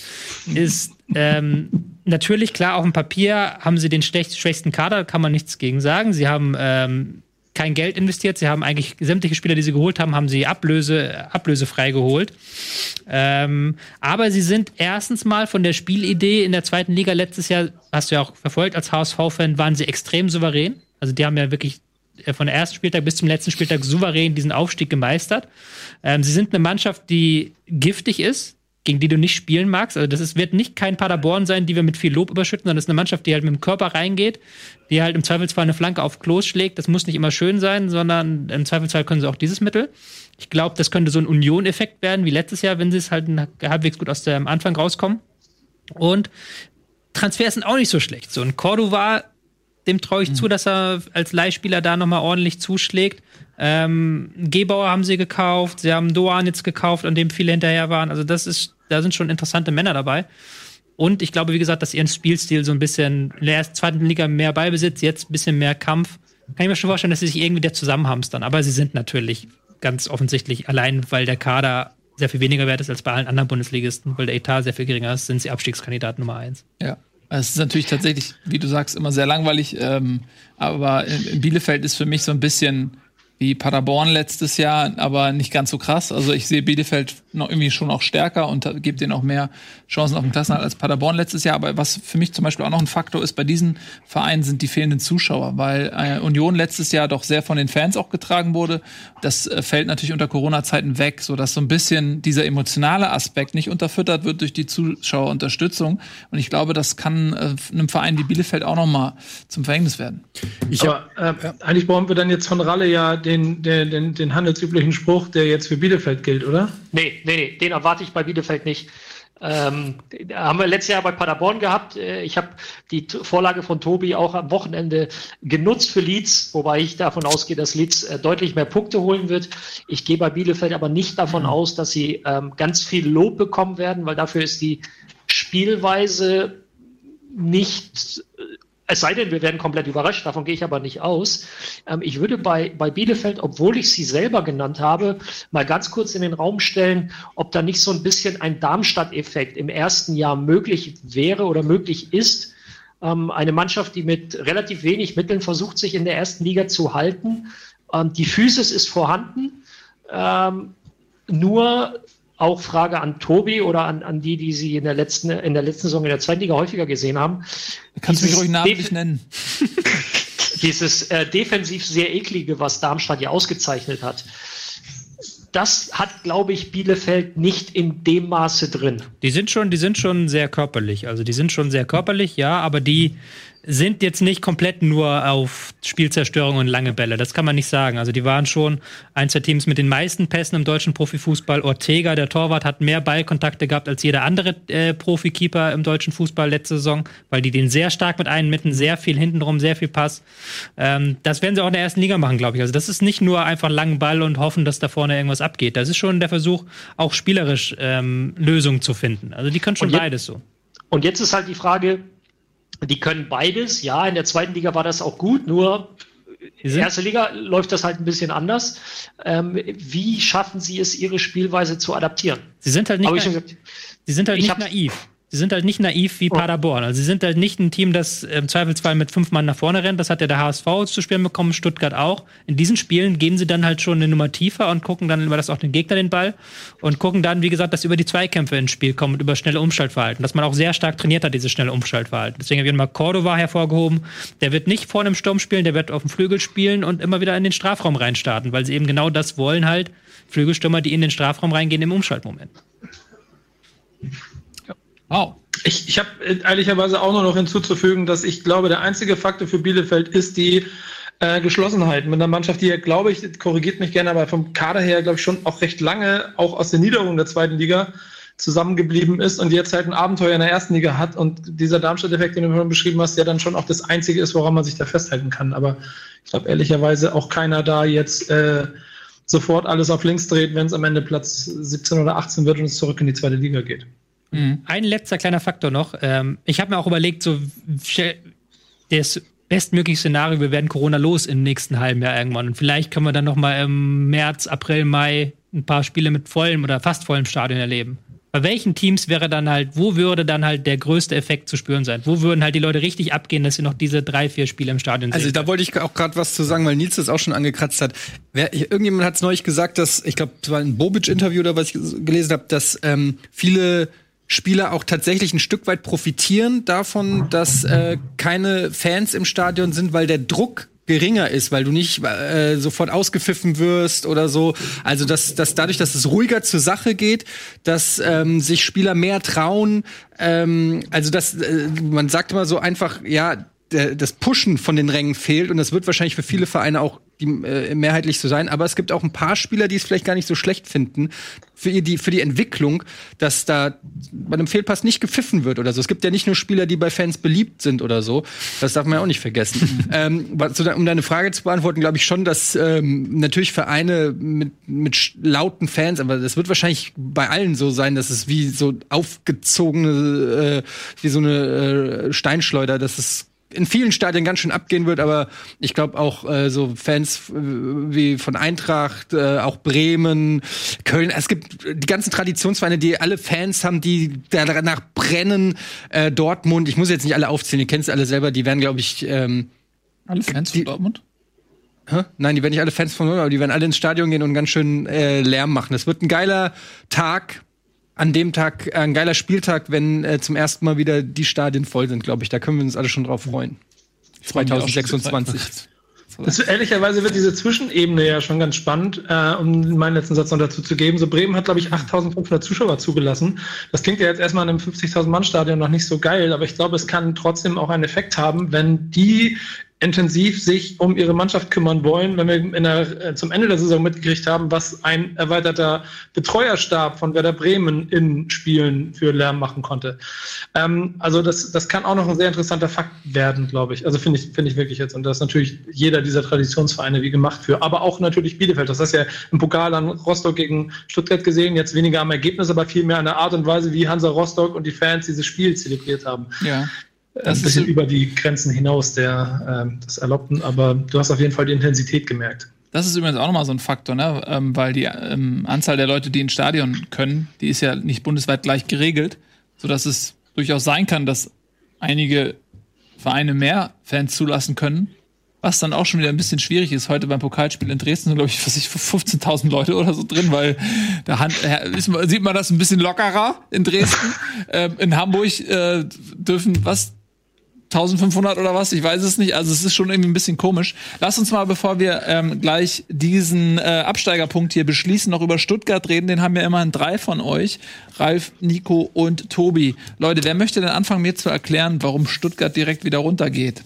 ist ähm, natürlich klar, auf dem Papier haben sie den schlecht, schwächsten Kader, kann man nichts gegen sagen. Sie haben ähm, kein Geld investiert, sie haben eigentlich sämtliche Spieler, die sie geholt haben, haben sie Ablöse, ablösefrei geholt. Ähm, aber sie sind erstens mal von der Spielidee in der zweiten Liga letztes Jahr, hast du ja auch verfolgt als H S V-Fan, waren sie extrem souverän. Also die haben ja wirklich von der ersten Spieltag bis zum letzten Spieltag souverän diesen Aufstieg gemeistert. Ähm, sie sind eine Mannschaft, die giftig ist, gegen die du nicht spielen magst. Also das ist, wird nicht kein Paderborn sein, die wir mit viel Lob überschütten, sondern das ist eine Mannschaft, die halt mit dem Körper reingeht, die halt im Zweifelsfall eine Flanke auf Klos schlägt. Das muss nicht immer schön sein, sondern im Zweifelsfall können sie auch dieses Mittel. Ich glaube, das könnte so ein Union-Effekt werden, wie letztes Jahr, wenn sie es halt halbwegs gut aus dem Anfang rauskommen. Und Transfers sind auch nicht so schlecht. So ein Cordova, dem traue ich mhm. zu, dass er als Leihspieler da nochmal ordentlich zuschlägt. Ähm, Gebauer haben sie gekauft, sie haben Doan jetzt gekauft, an dem viele hinterher waren. Also das ist, da sind schon interessante Männer dabei. Und ich glaube, wie gesagt, dass ihren Spielstil so ein bisschen in der ersten, zweiten Liga mehr Ballbesitz, jetzt ein bisschen mehr Kampf. Kann ich mir schon vorstellen, dass sie sich irgendwie wieder zusammenhamstern. Aber sie sind natürlich ganz offensichtlich, allein weil der Kader sehr viel weniger wert ist als bei allen anderen Bundesligisten, weil der Etat sehr viel geringer ist, sind sie Abstiegskandidat Nummer eins. Ja. Es ist natürlich tatsächlich, wie du sagst, immer sehr langweilig. Ähm, aber in, in Bielefeld ist für mich so ein bisschen wie Paderborn letztes Jahr, aber nicht ganz so krass. Also ich sehe Bielefeld noch irgendwie schon auch stärker und gebe denen auch mehr Chancen auf den Klassenerhalt als Paderborn letztes Jahr. Aber was für mich zum Beispiel auch noch ein Faktor ist bei diesen Vereinen, sind die fehlenden Zuschauer, weil äh, Union letztes Jahr doch sehr von den Fans auch getragen wurde. Das äh, fällt natürlich unter Corona-Zeiten weg, sodass so ein bisschen dieser emotionale Aspekt nicht unterfüttert wird durch die Zuschauerunterstützung. Und ich glaube, das kann äh, einem Verein wie Bielefeld auch noch mal zum Verhängnis werden. Ich Aber äh, ja. eigentlich brauchen wir dann jetzt von Ralle ja den, den, den, den handelsüblichen Spruch, der jetzt für Bielefeld gilt, oder? Nee, nee, nee, den erwarte ich bei Bielefeld nicht. Ähm, haben wir letztes Jahr bei Paderborn gehabt. Ich habe die T- Vorlage von Tobi auch am Wochenende genutzt für Leeds, wobei ich davon ausgehe, dass Leeds äh, deutlich mehr Punkte holen wird. Ich gehe bei Bielefeld aber nicht davon mhm. aus, dass sie ähm, ganz viel Lob bekommen werden, weil dafür ist die Spielweise nicht Es sei denn, wir werden komplett überrascht, davon gehe ich aber nicht aus. Ähm, ich würde bei, bei Bielefeld, obwohl ich sie selber genannt habe, mal ganz kurz in den Raum stellen, ob da nicht so ein bisschen ein Darmstadt-Effekt im ersten Jahr möglich wäre oder möglich ist. Ähm, eine Mannschaft, die mit relativ wenig Mitteln versucht, sich in der ersten Liga zu halten. Ähm, die Physis ist vorhanden. Ähm, nur auch Frage an Tobi oder an, an die, die Sie in der letzten, in der letzten Saison in der zweiten Liga häufiger gesehen haben. Du kannst Dieses mich ruhig namentlich Def- nennen. Dieses äh, defensiv sehr eklige, was Darmstadt ja ausgezeichnet hat, das hat, glaube ich, Bielefeld nicht in dem Maße drin. Die sind schon, die sind schon sehr körperlich. Also die sind schon sehr körperlich, ja, aber die sind jetzt nicht komplett nur auf Spielzerstörung und lange Bälle. Das kann man nicht sagen. Also die waren schon eins der Teams mit den meisten Pässen im deutschen Profifußball. Ortega, der Torwart, hat mehr Ballkontakte gehabt als jeder andere äh, Profikeeper im deutschen Fußball letzte Saison, weil die den sehr stark mit einen Mitten, sehr viel hintenrum, sehr viel Pass. Ähm, das werden sie auch in der ersten Liga machen, glaube ich. Also das ist nicht nur einfach langen Ball und hoffen, dass da vorne irgendwas abgeht. Das ist schon der Versuch, auch spielerisch ähm, Lösungen zu finden. Also die können schon je- beides so. Und jetzt ist halt die Frage, die können beides. Ja, in der zweiten Liga war das auch gut, nur in der ersten Liga läuft das halt ein bisschen anders. Ähm, wie schaffen sie es, ihre Spielweise zu adaptieren? Sie sind halt nicht, Aber ich na- schon gesagt, sie sind halt ich nicht hab- naiv. Sie sind halt nicht naiv wie Paderborn. Also sie sind halt nicht ein Team, das im Zweifelsfall mit fünf Mann nach vorne rennt. Das hat ja der H S V zu spielen bekommen, Stuttgart auch. In diesen Spielen gehen sie dann halt schon eine Nummer tiefer und gucken dann über das auch den Gegner den Ball und gucken dann, wie gesagt, dass über die Zweikämpfe ins Spiel kommen und über schnelle Umschaltverhalten. Dass man auch sehr stark trainiert hat, dieses schnelle Umschaltverhalten. Deswegen habe ich mal Cordova hervorgehoben. Der wird nicht vorne im Sturm spielen, der wird auf dem Flügel spielen und immer wieder in den Strafraum reinstarten, weil sie eben genau das wollen halt. Flügelstürmer, die in den Strafraum reingehen im Umschaltmoment. Wow. Ich, ich habe ehrlicherweise auch nur noch hinzuzufügen, dass ich glaube, der einzige Faktor für Bielefeld ist die äh, Geschlossenheit mit einer Mannschaft, die ja, glaube ich, korrigiert mich gerne, aber vom Kader her, glaube ich, schon auch recht lange, auch aus den Niederungen der zweiten Liga, zusammengeblieben ist und jetzt halt ein Abenteuer in der ersten Liga hat und dieser Darmstadt-Effekt, den du vorhin beschrieben hast, ja dann schon auch das Einzige ist, woran man sich da festhalten kann. Aber ich glaube ehrlicherweise auch keiner da jetzt äh, sofort alles auf links dreht, wenn es am Ende Platz siebzehn oder achtzehn wird und es zurück in die zweite Liga geht. Ein letzter kleiner Faktor noch. Ähm, ich habe mir auch überlegt, so das bestmögliche Szenario, wir werden Corona los im nächsten halben Jahr irgendwann. Und vielleicht können wir dann noch mal im März, April, Mai ein paar Spiele mit vollem oder fast vollem Stadion erleben. Bei welchen Teams wäre dann halt, wo würde dann halt der größte Effekt zu spüren sein? Wo würden halt die Leute richtig abgehen, dass sie noch diese drei, vier Spiele im Stadion sehen? Also da wollte ich auch gerade was zu sagen, weil Nils das auch schon angekratzt hat. Wer, irgendjemand hat es neulich gesagt, dass, ich glaube, es war ein Bobic-Interview oder was ich gelesen habe, dass ähm, viele Spieler auch tatsächlich ein Stück weit profitieren davon, dass äh, keine Fans im Stadion sind, weil der Druck geringer ist, weil du nicht äh, sofort ausgepfiffen wirst oder so. Also dass, dass dadurch, dass es ruhiger zur Sache geht, dass ähm, sich Spieler mehr trauen. Ähm, also dass äh, man sagt immer so einfach, ja, der, das Pushen von den Rängen fehlt und das wird wahrscheinlich für viele Vereine auch die, äh, mehrheitlich so sein. Aber es gibt auch ein paar Spieler, die es vielleicht gar nicht so schlecht finden für ihr, die für die Entwicklung, dass da bei einem Fehlpass nicht gepfiffen wird oder so. Es gibt ja nicht nur Spieler, die bei Fans beliebt sind oder so. Das darf man ja auch nicht vergessen. ähm, um deine Frage zu beantworten, glaube ich schon, dass ähm, natürlich Vereine mit, mit lauten Fans, aber das wird wahrscheinlich bei allen so sein, dass es wie so aufgezogene, äh, wie so eine äh, Steinschleuder, dass es in vielen Stadien ganz schön abgehen wird, aber ich glaube auch äh, so Fans äh, wie von Eintracht, äh, auch Bremen, Köln, es gibt die ganzen Traditionsvereine, die alle Fans haben, die danach brennen, äh, Dortmund, ich muss jetzt nicht alle aufzählen, ihr kennt es alle selber, die werden, glaube ich ähm, Alle Fans die, von Dortmund? Hä? Nein, die werden nicht alle Fans von Dortmund, aber die werden alle ins Stadion gehen und ganz schön äh, Lärm machen. Es wird ein geiler Tag, an dem Tag, äh, ein geiler Spieltag, wenn äh, zum ersten Mal wieder die Stadien voll sind, glaube ich. Da können wir uns alle schon drauf freuen. zwanzig sechsundzwanzig. Das, ehrlicherweise wird diese Zwischenebene ja schon ganz spannend, äh, um meinen letzten Satz noch dazu zu geben. So, Bremen hat, glaube ich, achttausendfünfhundert Zuschauer zugelassen. Das klingt ja jetzt erstmal in einem fünfzigtausend-Mann-Stadion noch nicht so geil, aber ich glaube, es kann trotzdem auch einen Effekt haben, wenn die intensiv sich um ihre Mannschaft kümmern wollen, wenn wir in der, äh, zum Ende der Saison mitgekriegt haben, was ein erweiterter Betreuerstab von Werder Bremen in Spielen für Lärm machen konnte. Ähm, also das, das kann auch noch ein sehr interessanter Fakt werden, glaube ich. Also finde ich, finde ich wirklich jetzt. Und das ist natürlich jeder dieser Traditionsvereine wie gemacht für. Aber auch natürlich Bielefeld. Das hast du ja im Pokal an Rostock gegen Stuttgart gesehen. Jetzt weniger am Ergebnis, aber viel mehr an der Art und Weise, wie Hansa Rostock und die Fans dieses Spiel zelebriert haben. Ja. ein bisschen über die Grenzen hinaus der, äh, des Erlaubten, aber du hast auf jeden Fall die Intensität gemerkt. Das ist übrigens auch nochmal so ein Faktor, ne? ähm, weil die ähm, Anzahl der Leute, die ins Stadion können, die ist ja nicht bundesweit gleich geregelt, sodass es durchaus sein kann, dass einige Vereine mehr Fans zulassen können, was dann auch schon wieder ein bisschen schwierig ist. Heute beim Pokalspiel in Dresden sind, glaube ich, was ich, fünfzehntausend Leute oder so drin, weil da hand, ist, sieht man das ein bisschen lockerer in Dresden. ähm, in Hamburg äh, dürfen, was, eintausendfünfhundert oder was, ich weiß es nicht. Also es ist schon irgendwie ein bisschen komisch. Lass uns mal, bevor wir ähm, gleich diesen äh, Absteigerpunkt hier beschließen, noch über Stuttgart reden. Den haben ja immerhin drei von euch. Ralf, Nico und Tobi. Leute, wer möchte denn anfangen, mir zu erklären, warum Stuttgart direkt wieder runtergeht?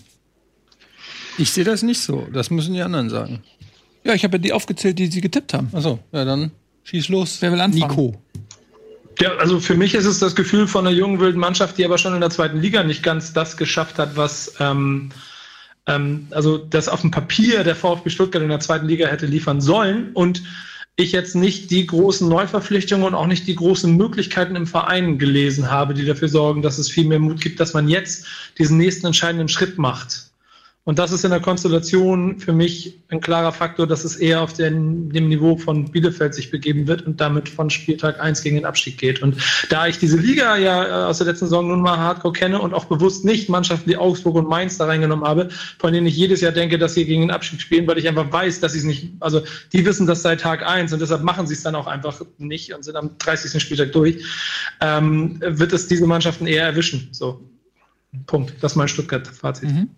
Ich sehe das nicht so. Das müssen die anderen sagen. Ja, ich habe ja die aufgezählt, die sie getippt haben. Ach so, ja, dann schieß los. Wer will anfangen? Nico. Ja, also für mich ist es das Gefühl von einer jungen, wilden Mannschaft, die aber schon in der zweiten Liga nicht ganz das geschafft hat, was ähm, ähm, also das auf dem Papier der VfB Stuttgart in der zweiten Liga hätte liefern sollen. Und ich jetzt nicht die großen Neuverpflichtungen und auch nicht die großen Möglichkeiten im Verein gelesen habe, die dafür sorgen, dass es viel mehr Mut gibt, dass man jetzt diesen nächsten entscheidenden Schritt macht. Und das ist in der Konstellation für mich ein klarer Faktor, dass es eher auf den, dem Niveau von Bielefeld sich begeben wird und damit von Spieltag eins gegen den Abstieg geht. Und da ich diese Liga ja aus der letzten Saison nun mal hardcore kenne und auch bewusst nicht Mannschaften wie Augsburg und Mainz da reingenommen habe, von denen ich jedes Jahr denke, dass sie gegen den Abstieg spielen, weil ich einfach weiß, dass sie es nicht, also die wissen das seit Tag eins und deshalb machen sie es dann auch einfach nicht und sind am dreißigsten Spieltag durch, ähm, wird es diese Mannschaften eher erwischen. So, Punkt. Das ist mein Stuttgart-Fazit. Mhm.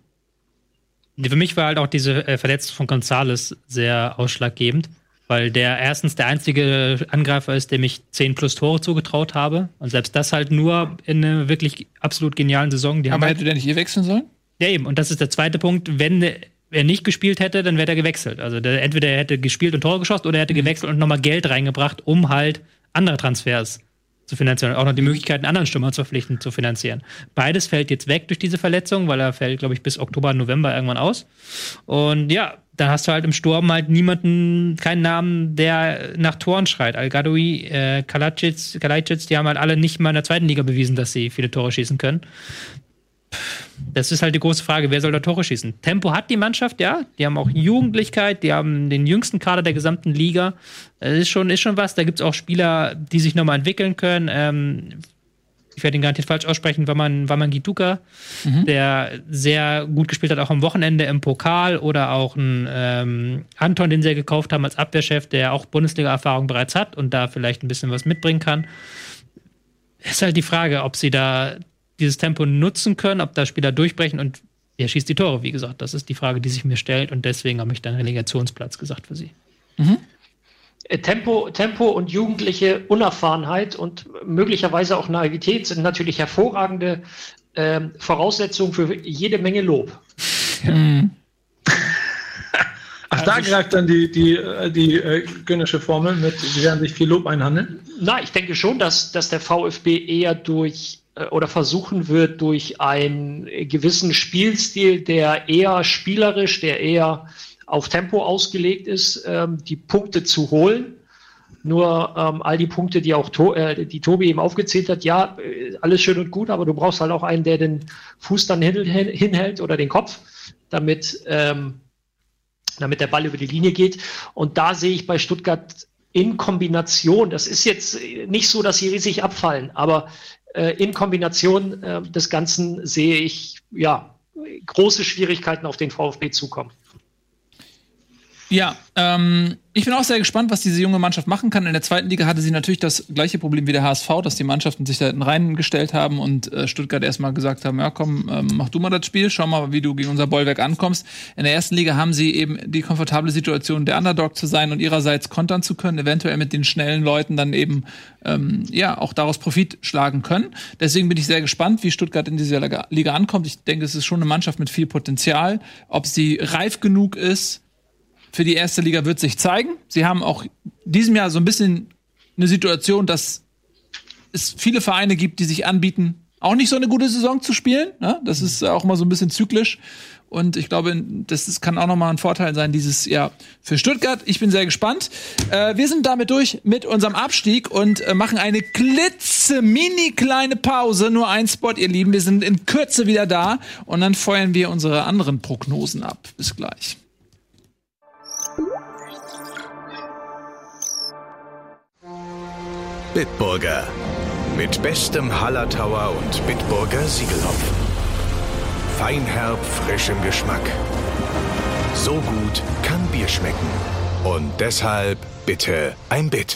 Für mich war halt auch diese äh, Verletzung von González sehr ausschlaggebend, weil der erstens der einzige Angreifer ist, dem ich zehn plus Tore zugetraut habe. Und selbst das halt nur in einer wirklich absolut genialen Saison. Die Aber haben halt, hätte der nicht hier wechseln sollen? ja, eben. Und das ist der zweite Punkt. Wenn er nicht gespielt hätte, dann wäre er gewechselt. Also der, entweder er hätte gespielt und Tore geschossen oder er hätte mhm. gewechselt und nochmal Geld reingebracht, um halt andere Transfers zu finanzieren und auch noch die Möglichkeit, einen anderen Stürmer zu verpflichten, zu finanzieren. Beides fällt jetzt weg durch diese Verletzung, weil er fällt, glaube ich, bis Oktober, November irgendwann aus. Und ja, dann hast du halt im Sturm halt niemanden, keinen Namen, der nach Toren schreit. Al-Gadoui, äh, Kalajic, Kalajic, die haben halt alle nicht mal in der zweiten Liga bewiesen, dass sie viele Tore schießen können. Das ist halt die große Frage, wer soll da Tore schießen? Tempo hat die Mannschaft, ja. Die haben auch Jugendlichkeit, die haben den jüngsten Kader der gesamten Liga. Das ist schon, ist schon was. Da gibt es auch Spieler, die sich nochmal entwickeln können. Ähm, ich werde ihn garantiert falsch aussprechen, Waman, Waman Gituka, mhm. der sehr gut gespielt hat, auch am Wochenende im Pokal. Oder auch ein ähm, Anton, den sie ja gekauft haben als Abwehrchef, der auch Bundesliga-Erfahrung bereits hat und da vielleicht ein bisschen was mitbringen kann. Ist halt die Frage, ob sie da dieses Tempo nutzen können, ob da Spieler durchbrechen und wer schießt die Tore, wie gesagt. Das ist die Frage, die sich mir stellt und deswegen habe ich dann Relegationsplatz gesagt für sie. Mhm. Tempo, Tempo und jugendliche Unerfahrenheit und möglicherweise auch Naivität sind natürlich hervorragende äh, Voraussetzungen für jede Menge Lob. Mhm. Ach, da greift dann die, die, die äh, Gönnische Formel mit, sie werden sich viel Lob einhandeln? Na, ich denke schon, dass, dass der VfB eher durch oder versuchen wird, durch einen gewissen Spielstil, der eher spielerisch, der eher auf Tempo ausgelegt ist, ähm, die Punkte zu holen. Nur ähm, all die Punkte, die auch to- äh, die Tobi eben aufgezählt hat, ja, alles schön und gut, aber du brauchst halt auch einen, der den Fuß dann hin- hin- hinhält oder den Kopf, damit, ähm, damit der Ball über die Linie geht. Und da sehe ich bei Stuttgart in Kombination, das ist jetzt nicht so, dass sie riesig abfallen, aber in Kombination äh, des Ganzen sehe ich ja große Schwierigkeiten auf den VfB zukommen. Ja, ähm, ich bin auch sehr gespannt, was diese junge Mannschaft machen kann. In der zweiten Liga hatte sie natürlich das gleiche Problem wie der H S V, dass die Mannschaften sich da hinten reingestellt haben und äh, Stuttgart erstmal gesagt haben, ja komm, ähm, mach du mal das Spiel, schau mal, wie du gegen unser Bollwerk ankommst. In der ersten Liga haben sie eben die komfortable Situation, der Underdog zu sein und ihrerseits kontern zu können, eventuell mit den schnellen Leuten dann eben ähm, ja auch daraus Profit schlagen können. Deswegen bin ich sehr gespannt, wie Stuttgart in dieser Liga ankommt. Ich denke, es ist schon eine Mannschaft mit viel Potenzial. Ob sie reif genug ist für die erste Liga, wird sich zeigen. Sie haben auch diesem Jahr so ein bisschen eine Situation, dass es viele Vereine gibt, die sich anbieten, auch nicht so eine gute Saison zu spielen. Ne? Das ist auch mal so ein bisschen zyklisch. Und ich glaube, das, das kann auch noch mal ein Vorteil sein dieses Jahr für Stuttgart. Ich bin sehr gespannt. Äh, wir sind damit durch mit unserem Abstieg und äh, machen eine klitze, mini kleine Pause. Nur ein Spot, ihr Lieben. Wir sind in Kürze wieder da. Und dann feuern wir unsere anderen Prognosen ab. Bis gleich. Bitburger. Mit bestem Hallertauer und Bitburger Siegelhopfen. Feinherb, frischem Geschmack. So gut kann Bier schmecken. Und deshalb bitte ein Bit.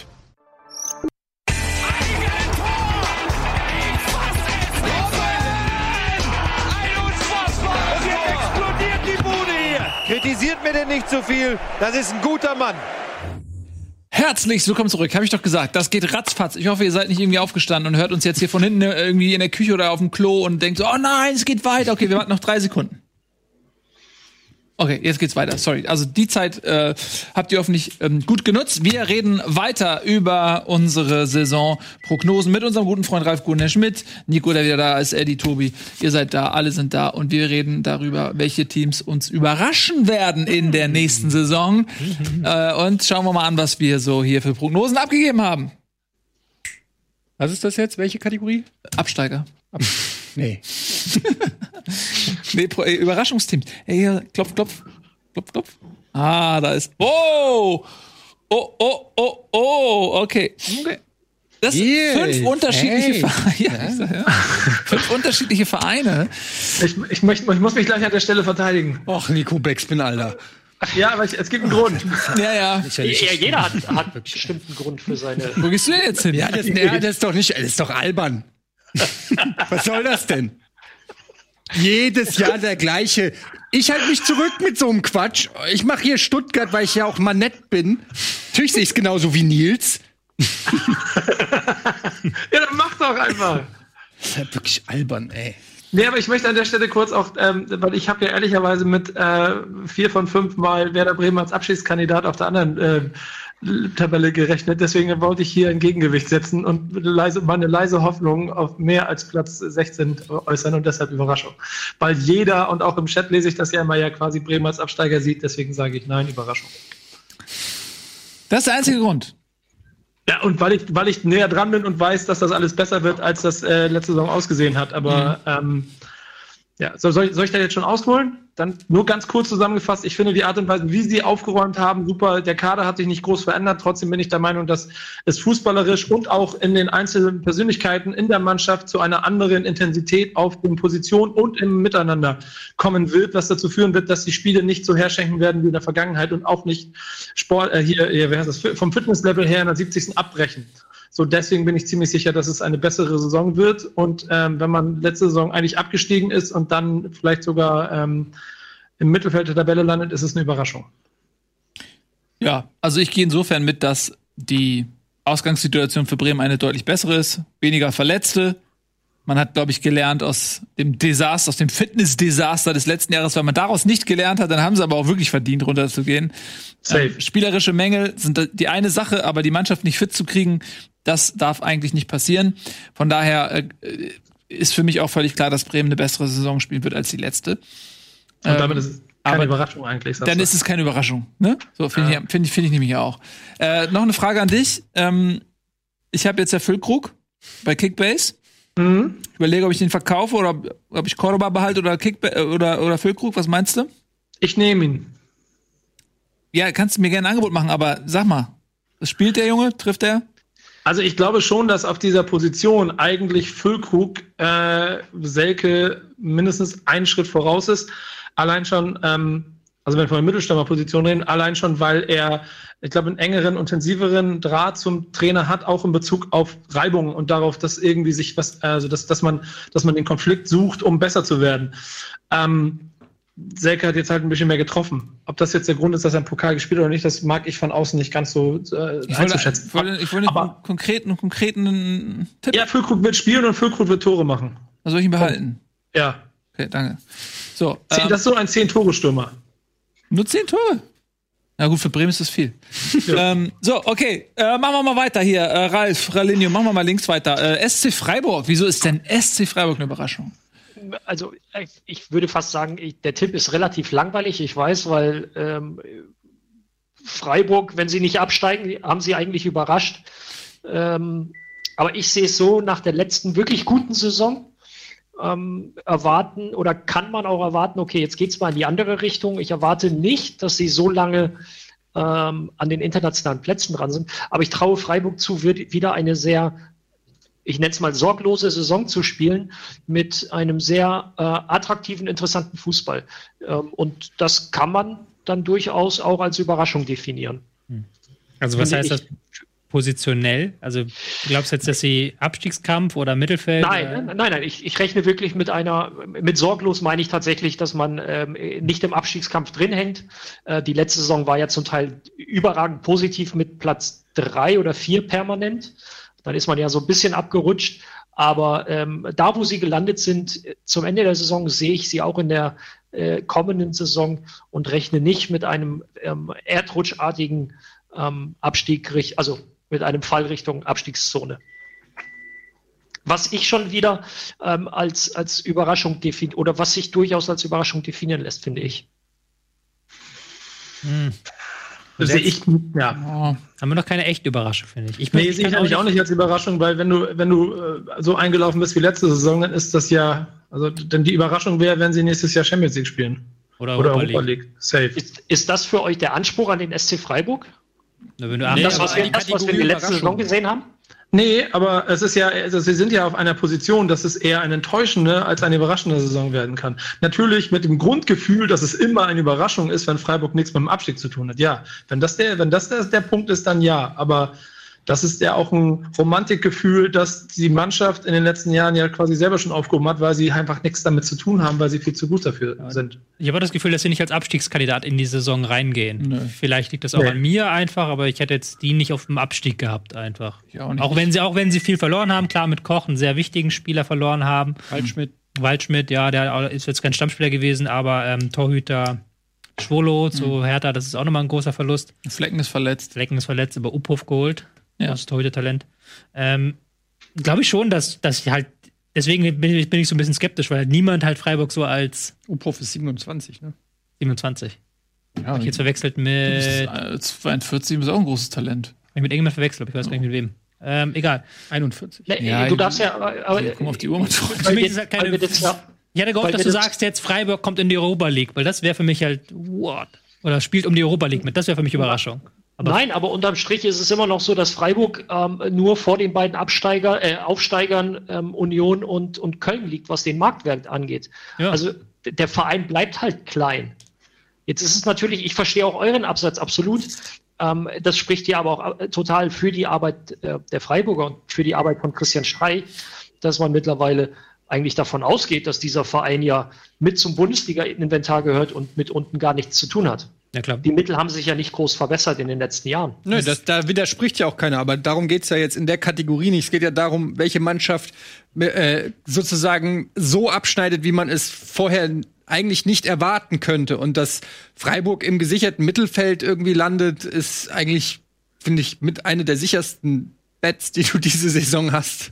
Und jetzt explodiert die Bude hier. Kritisiert mir denn nicht zu viel. Das ist ein guter Mann. Herzlich willkommen zurück, habe ich doch gesagt. Das geht ratzfatz. Ich hoffe, ihr seid nicht irgendwie aufgestanden und hört uns jetzt hier von hinten irgendwie in der Küche oder auf dem Klo und denkt so, oh nein, es geht weiter. Okay, wir warten noch drei Sekunden. Okay, jetzt geht's weiter. Sorry. Also die Zeit äh, habt ihr hoffentlich ähm, gut genutzt. Wir reden weiter über unsere Saisonprognosen mit unserem guten Freund Ralf Gunesch, mit Nico, der wieder da ist, Eddie, Tobi. Ihr seid da, alle sind da und wir reden darüber, welche Teams uns überraschen werden in der nächsten Saison. äh, und schauen wir mal an, was wir so hier für Prognosen abgegeben haben. Was ist das jetzt? Welche Kategorie? Absteiger. Ab nee. Nee, Pro- äh, Überraschungsteam. Ey, hier, klopf, klopf. Klopf, klopf. Ah, da ist. Oh! Oh, oh, oh, oh. Okay. Okay. Das sind Yeah. fünf unterschiedliche Hey. Vereine. Ja, ich sag, ja. Fünf unterschiedliche Vereine. Ich, ich, möchte, ich muss mich gleich an der Stelle verteidigen. Och, Nico Beckspin, Alter. Ja, aber ich, es gibt einen Grund. Ja, ja. Ja, jeder hat, hat bestimmt einen Grund für seine. Wo gehst du denn jetzt hin? Ja, das, ja, das ist doch nicht, das ist doch albern. Was soll das denn? Jedes Jahr der gleiche. Ich halte mich zurück mit so einem Quatsch. Ich mache hier Stuttgart, weil ich ja auch mal nett bin. Natürlich sehe ich es genauso wie Nils. Ja, dann mach doch einfach. Das ist ja wirklich albern, ey. Nee, aber ich möchte an der Stelle kurz auch, ähm, weil ich habe ja ehrlicherweise mit äh, vier von fünf Mal Werder Bremen als Abschiedskandidat auf der anderen äh, Tabelle gerechnet. Deswegen wollte ich hier ein Gegengewicht setzen und leise, meine leise Hoffnung auf mehr als Platz sechzehn äußern und deshalb Überraschung. Weil jeder, und auch im Chat lese ich das ja immer, ja quasi Bremen als Absteiger sieht. Deswegen sage ich nein, Überraschung. Das ist der einzige Grund. Ja, und weil ich, weil ich näher dran bin und weiß, dass das alles besser wird, als das äh, letzte Saison ausgesehen hat. Aber mhm. ähm, ja, so, soll, ich, soll ich da jetzt schon ausholen? Dann nur ganz kurz zusammengefasst. Ich finde die Art und Weise, wie sie aufgeräumt haben, super. Der Kader hat sich nicht groß verändert. Trotzdem bin ich der Meinung, dass es fußballerisch und auch in den einzelnen Persönlichkeiten in der Mannschaft zu einer anderen Intensität auf den Positionen und im Miteinander kommen wird, was dazu führen wird, dass die Spiele nicht so herschenken werden wie in der Vergangenheit und auch nicht Sport, äh, hier, hier, wie heißt das, vom Fitnesslevel her in der siebzigsten abbrechen. So, deswegen bin ich ziemlich sicher, dass es eine bessere Saison wird. Und ähm, wenn man letzte Saison eigentlich abgestiegen ist und dann vielleicht sogar ähm, im Mittelfeld der Tabelle landet, ist es eine Überraschung. Ja, also ich gehe insofern mit, dass die Ausgangssituation für Bremen eine deutlich bessere ist. Weniger Verletzte. Man hat, glaube ich, gelernt aus dem Desaster, aus dem Fitness-Desaster des letzten Jahres. Wenn man daraus nicht gelernt hat, dann haben sie aber auch wirklich verdient, runterzugehen. Safe. Ähm, spielerische Mängel sind die eine Sache, aber die Mannschaft nicht fit zu kriegen, das darf eigentlich nicht passieren. Von daher äh, ist für mich auch völlig klar, dass Bremen eine bessere Saison spielen wird als die letzte. Und damit ist es keine aber Überraschung eigentlich. Dann ist es keine Überraschung. Ne? So finde Ja. ich, find ich, find ich nämlich auch. Äh, noch eine Frage an dich. Ähm, ich habe jetzt ja Füllkrug bei Kickbase. Mhm. Ich überlege, ob ich den verkaufe oder ob- ob ich Cordoba behalte oder Kickba oder, oder Füllkrug. Was meinst du? Ich nehme ihn. Ja, kannst du mir gerne ein Angebot machen, aber sag mal, was spielt der Junge? Trifft er? Also ich glaube schon, dass auf dieser Position eigentlich Füllkrug äh, Selke mindestens einen Schritt voraus ist. Allein schon, ähm, also wenn wir von der Mittelstürmerposition reden, allein schon, weil er, ich glaube, einen engeren, intensiveren Draht zum Trainer hat, auch in Bezug auf Reibung und darauf, dass irgendwie sich was, also dass, dass man, dass man den Konflikt sucht, um besser zu werden. Ähm, Selke hat jetzt halt ein bisschen mehr getroffen. Ob das jetzt der Grund ist, dass er im Pokal gespielt hat oder nicht, das mag ich von außen nicht ganz so äh, Ich einzuschätzen. wollte, ich wollte, ich wollte Aber- einen konkreten, einen konkreten Tipp. Ja, Füllkrug wird spielen und Füllkrug wird Tore machen. Was soll ich ihn behalten? Ja. Okay, danke. So, Zehn, ähm, das ist so ein Zehn-Tore-Stürmer. nur zehn Tore. Na gut, für Bremen ist das viel. ähm, so, okay, äh, machen wir mal weiter hier. Äh, Ralf, Ralinho, machen wir mal links weiter. Äh, S C Freiburg, wieso ist denn S C Freiburg eine Überraschung? Also ich würde fast sagen, ich, der Tipp ist relativ langweilig, ich weiß, weil ähm, Freiburg, wenn sie nicht absteigen, haben sie eigentlich überrascht. Ähm, aber ich sehe es so, nach der letzten wirklich guten Saison ähm, erwarten oder kann man auch erwarten, okay, jetzt geht es mal in die andere Richtung. Ich erwarte nicht, dass sie so lange ähm, an den internationalen Plätzen dran sind, aber ich traue Freiburg zu, wird wieder eine sehr, ich nenne es mal sorglose Saison zu spielen mit einem sehr äh, attraktiven, interessanten Fußball. Ähm, und das kann man dann durchaus auch als Überraschung definieren. Also was Finde heißt das positionell? Also du glaubst jetzt, dass sie Abstiegskampf oder Mittelfeld? Nein, äh, nein, nein, nein. Ich, ich rechne wirklich mit einer, mit sorglos meine ich tatsächlich, dass man ähm, nicht im Abstiegskampf drin hängt. Äh, die letzte Saison war ja zum Teil überragend positiv mit Platz drei oder vier permanent. Dann ist man ja so ein bisschen abgerutscht. Aber ähm, da, wo sie gelandet sind, zum Ende der Saison sehe ich sie auch in der äh, kommenden Saison und rechne nicht mit einem ähm, erdrutschartigen ähm, Abstieg, also mit einem Fall Richtung Abstiegszone. Was ich schon wieder ähm, als, als Überraschung definiert, oder was sich durchaus als Überraschung definieren lässt, finde ich. Hm. Das sehe ich, ja. Haben wir noch keine echte Überraschung, finde ich. Ich, Nee, ich sehe ich nämlich auch nicht als Überraschung, weil wenn du, wenn du äh, so eingelaufen bist wie letzte Saison, dann ist das ja, also denn die Überraschung wäre, wenn sie nächstes Jahr Champions League spielen. Oder Oder Europa Europa League. League. Safe. Ist, ist das für euch der Anspruch an den S C Freiburg? Na, wenn du Nee, nee, Das, aber was wir, die das, was wir in Kategorie der letzten Saison Überraschung. gesehen haben? Nee, aber es ist ja, also sie sind ja auf einer Position, dass es eher eine enttäuschende als eine überraschende Saison werden kann. Natürlich mit dem Grundgefühl, dass es immer eine Überraschung ist, wenn Freiburg nichts mit dem Abstieg zu tun hat. Ja, wenn das der, wenn das der, der Punkt ist, dann ja. Aber das ist ja auch ein Romantikgefühl, dass die Mannschaft in den letzten Jahren ja quasi selber schon aufgehoben hat, weil sie einfach nichts damit zu tun haben, weil sie viel zu gut dafür Ja. sind. Ich habe das Gefühl, dass sie nicht als Abstiegskandidat in die Saison reingehen. Nö. Vielleicht liegt das auch Nee. an mir einfach, aber ich hätte jetzt die nicht auf dem Abstieg gehabt einfach. Ich auch nicht. Auch wenn sie, auch wenn sie viel verloren haben, klar mit Koch einen sehr wichtigen Spieler verloren haben. Waldschmidt. Waldschmidt, ja, der ist jetzt kein Stammspieler gewesen, aber ähm, Torhüter Schwolo zu Hertha, das ist auch nochmal ein großer Verlust. Flecken ist verletzt. Flecken ist verletzt, aber Uphoff geholt. Ja. Das Torhüter-Talent. Ähm, Glaube ich schon, dass, dass ich halt, deswegen bin ich, bin ich so ein bisschen skeptisch, weil niemand halt Freiburg so als U-Prof ist siebenundzwanzig, ne? siebenundzwanzig. Ja, Hab ich jetzt verwechselt du mit, bist, äh, zweiundvierzig ist auch ein großes Talent. hab ich mit irgendjemand verwechselt, aber ich weiß gar nicht mit wem. Ähm, egal. einundvierzig. Nee, Ja, du darfst ja, aber, aber, Komm auf die Uhr mal zurück. Für mich wir- ist halt weil keine, wir das ja- ich hatte gehofft, weil dass wir du das- sagst, jetzt Freiburg kommt in die Europa League, weil das wäre für mich halt, what? Oder spielt um die Europa League mit. Das wäre für mich Überraschung. Aber Nein, aber unterm Strich ist es immer noch so, dass Freiburg ähm, nur vor den beiden Absteiger, äh, Aufsteigern ähm, Union und, und Köln liegt, was den Marktwert angeht. Ja. Also d- der Verein bleibt halt klein. Jetzt ist es natürlich, ich verstehe auch euren Absatz absolut. Ähm, das spricht ja aber auch äh, total für die Arbeit äh, der Freiburger und für die Arbeit von Christian Streich, dass man mittlerweile eigentlich davon ausgeht, dass dieser Verein ja mit zum Bundesliga-Inventar gehört und mit unten gar nichts zu tun hat. ja klar. Die Mittel haben sich ja nicht groß verbessert in den letzten Jahren. Nö, das, da widerspricht ja auch keiner, aber darum geht's ja jetzt in der Kategorie nicht. Es geht ja darum, welche Mannschaft äh, sozusagen so abschneidet, wie man es vorher eigentlich nicht erwarten könnte. Und dass Freiburg im gesicherten Mittelfeld irgendwie landet, ist eigentlich, finde ich, mit einer der sichersten Bets, die du diese Saison hast.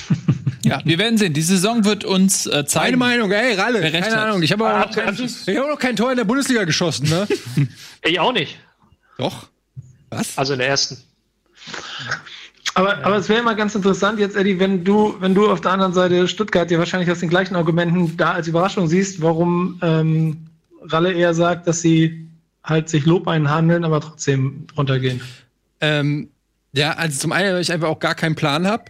Ja, wir werden sehen. Die Saison wird uns äh, zeigen. Meine Meinung, ey, Ralle, Wer recht keine hat. Ahnung. Ich habe Ah, auch, noch kein- habt ihr- ich hab auch noch kein Tor in der Bundesliga geschossen, ne? Ich auch nicht. Doch. Was? Also in der ersten. Aber, aber es wäre immer ganz interessant jetzt, Eddie, wenn du, wenn du auf der anderen Seite Stuttgart ja wahrscheinlich aus den gleichen Argumenten da als Überraschung siehst, warum ähm, Ralle eher sagt, dass sie halt sich Lob einhandeln, aber trotzdem runtergehen. Ähm, ja, also zum einen, weil ich einfach auch gar keinen Plan habe.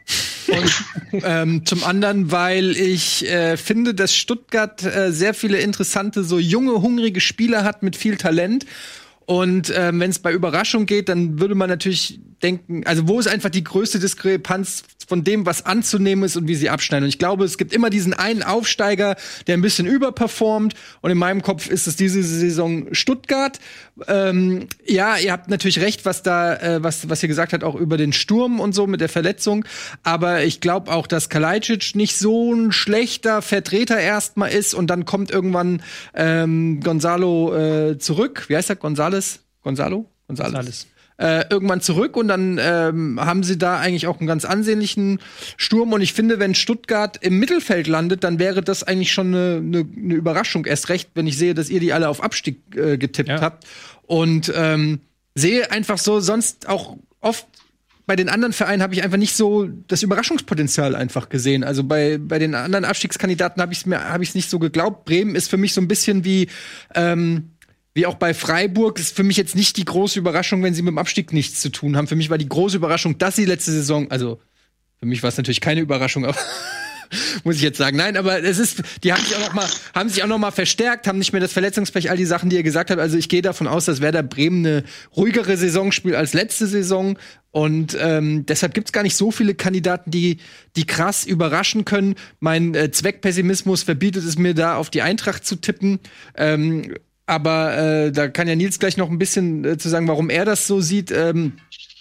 Und ähm, zum anderen, weil ich äh, finde, dass Stuttgart äh, sehr viele interessante, so junge, hungrige Spieler hat mit viel Talent. Und ähm, wenn es bei Überraschung geht, dann würde man natürlich denken, also wo ist einfach die größte Diskrepanz von dem, was anzunehmen ist und wie sie abschneiden. Und ich glaube, es gibt immer diesen einen Aufsteiger, der ein bisschen überperformt. Und in meinem Kopf ist es diese Saison Stuttgart. Ähm, ja, ihr habt natürlich recht, was da, äh, was, was ihr gesagt habt, auch über den Sturm und so mit der Verletzung. Aber ich glaube auch, dass Kalajdzic nicht so ein schlechter Vertreter erstmal ist und dann kommt irgendwann ähm, Gonzalo äh, zurück. Wie heißt er? Gonzales? Gonzalo? Gonzales. Gonzales. Äh, irgendwann zurück und dann ähm, haben sie da eigentlich auch einen ganz ansehnlichen Sturm. Und ich finde, wenn Stuttgart im Mittelfeld landet, dann wäre das eigentlich schon eine, eine, eine Überraschung. Erst recht, wenn ich sehe, dass ihr die alle auf Abstieg äh, getippt ja. habt. Und ähm, sehe einfach so, sonst auch oft bei den anderen Vereinen habe ich einfach nicht so das Überraschungspotenzial einfach gesehen. Also bei, bei den anderen Abstiegskandidaten habe ich es mir habe ich es nicht so geglaubt. Bremen ist für mich so ein bisschen wie ähm, Wie auch bei Freiburg ist für mich jetzt nicht die große Überraschung, wenn sie mit dem Abstieg nichts zu tun haben. Für mich war die große Überraschung, dass sie letzte Saison, also für mich war es natürlich keine Überraschung, aber muss ich jetzt sagen. Nein, aber es ist, die haben sich auch noch mal, haben sich auch noch mal verstärkt, haben nicht mehr das Verletzungspech, all die Sachen, die ihr gesagt habt. Also ich gehe davon aus, dass Werder Bremen eine ruhigere Saison spielt als letzte Saison. Und ähm, deshalb gibt's gar nicht so viele Kandidaten, die die krass überraschen können. Mein äh, Zweckpessimismus verbietet es mir, da auf die Eintracht zu tippen. Ähm, aber äh, da kann ja Nils gleich noch ein bisschen äh, zu sagen, warum er das so sieht. Ähm,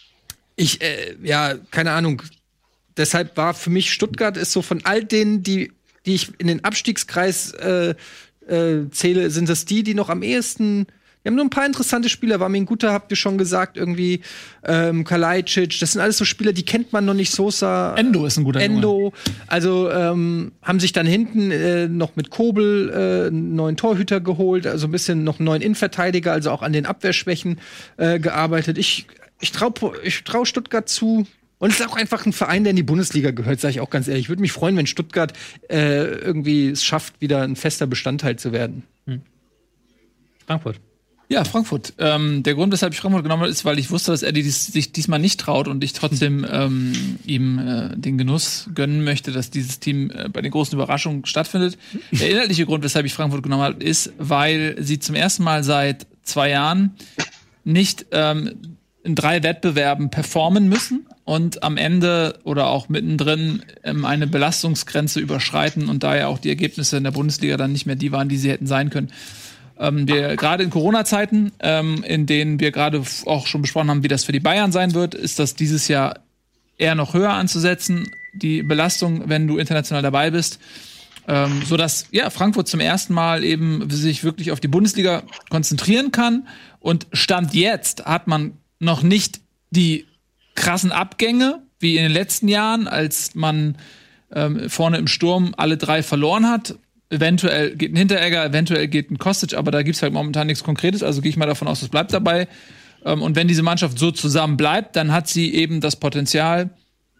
ich, äh, ja, keine Ahnung. Deshalb war für mich Stuttgart ist so von all denen, die, die ich in den Abstiegskreis äh, äh, zähle, sind das die, die noch am ehesten. Wir haben nur ein paar interessante Spieler. Warmin Guter, habt ihr schon gesagt, irgendwie. Ähm, Kalajdzic, das sind alles so Spieler, die kennt man noch nicht. Sosa. Endo ist ein guter Endo. Junge. Also ähm, haben sich dann hinten äh, noch mit Kobel äh, einen neuen Torhüter geholt, also ein bisschen noch einen neuen Innenverteidiger, also auch an den Abwehrschwächen äh, gearbeitet. Ich, ich trau, ich trau Stuttgart zu. Und es ist auch einfach ein Verein, der in die Bundesliga gehört, sage ich auch ganz ehrlich. Ich würde mich freuen, wenn Stuttgart äh, irgendwie es schafft, wieder ein fester Bestandteil zu werden. Hm. Frankfurt. Ja, Frankfurt. Ähm, der Grund, weshalb ich Frankfurt genommen habe, ist, weil ich wusste, dass er dies, sich diesmal nicht traut und ich trotzdem ähm, ihm äh, den Genuss gönnen möchte, dass dieses Team äh, bei den großen Überraschungen stattfindet. Der inhaltliche Grund, weshalb ich Frankfurt genommen habe, ist, weil sie zum ersten Mal seit zwei Jahren nicht ähm, in drei Wettbewerben performen müssen und am Ende oder auch mittendrin ähm, eine Belastungsgrenze überschreiten und daher auch die Ergebnisse in der Bundesliga dann nicht mehr die waren, die sie hätten sein können. Ähm, wir gerade in Corona-Zeiten, ähm, in denen wir gerade auch schon besprochen haben, wie das für die Bayern sein wird, ist das dieses Jahr eher noch höher anzusetzen, die Belastung, wenn du international dabei bist. Ähm, so dass ja Frankfurt zum ersten Mal eben sich wirklich auf die Bundesliga konzentrieren kann und Stand jetzt hat man noch nicht die krassen Abgänge wie in den letzten Jahren, als man ähm, vorne im Sturm alle drei verloren hat. Eventuell geht ein Hinteregger, eventuell geht ein Kostic, aber da gibt's halt momentan nichts Konkretes, also gehe ich mal davon aus, das bleibt dabei. Ähm, und wenn diese Mannschaft so zusammen bleibt, dann hat sie eben das Potenzial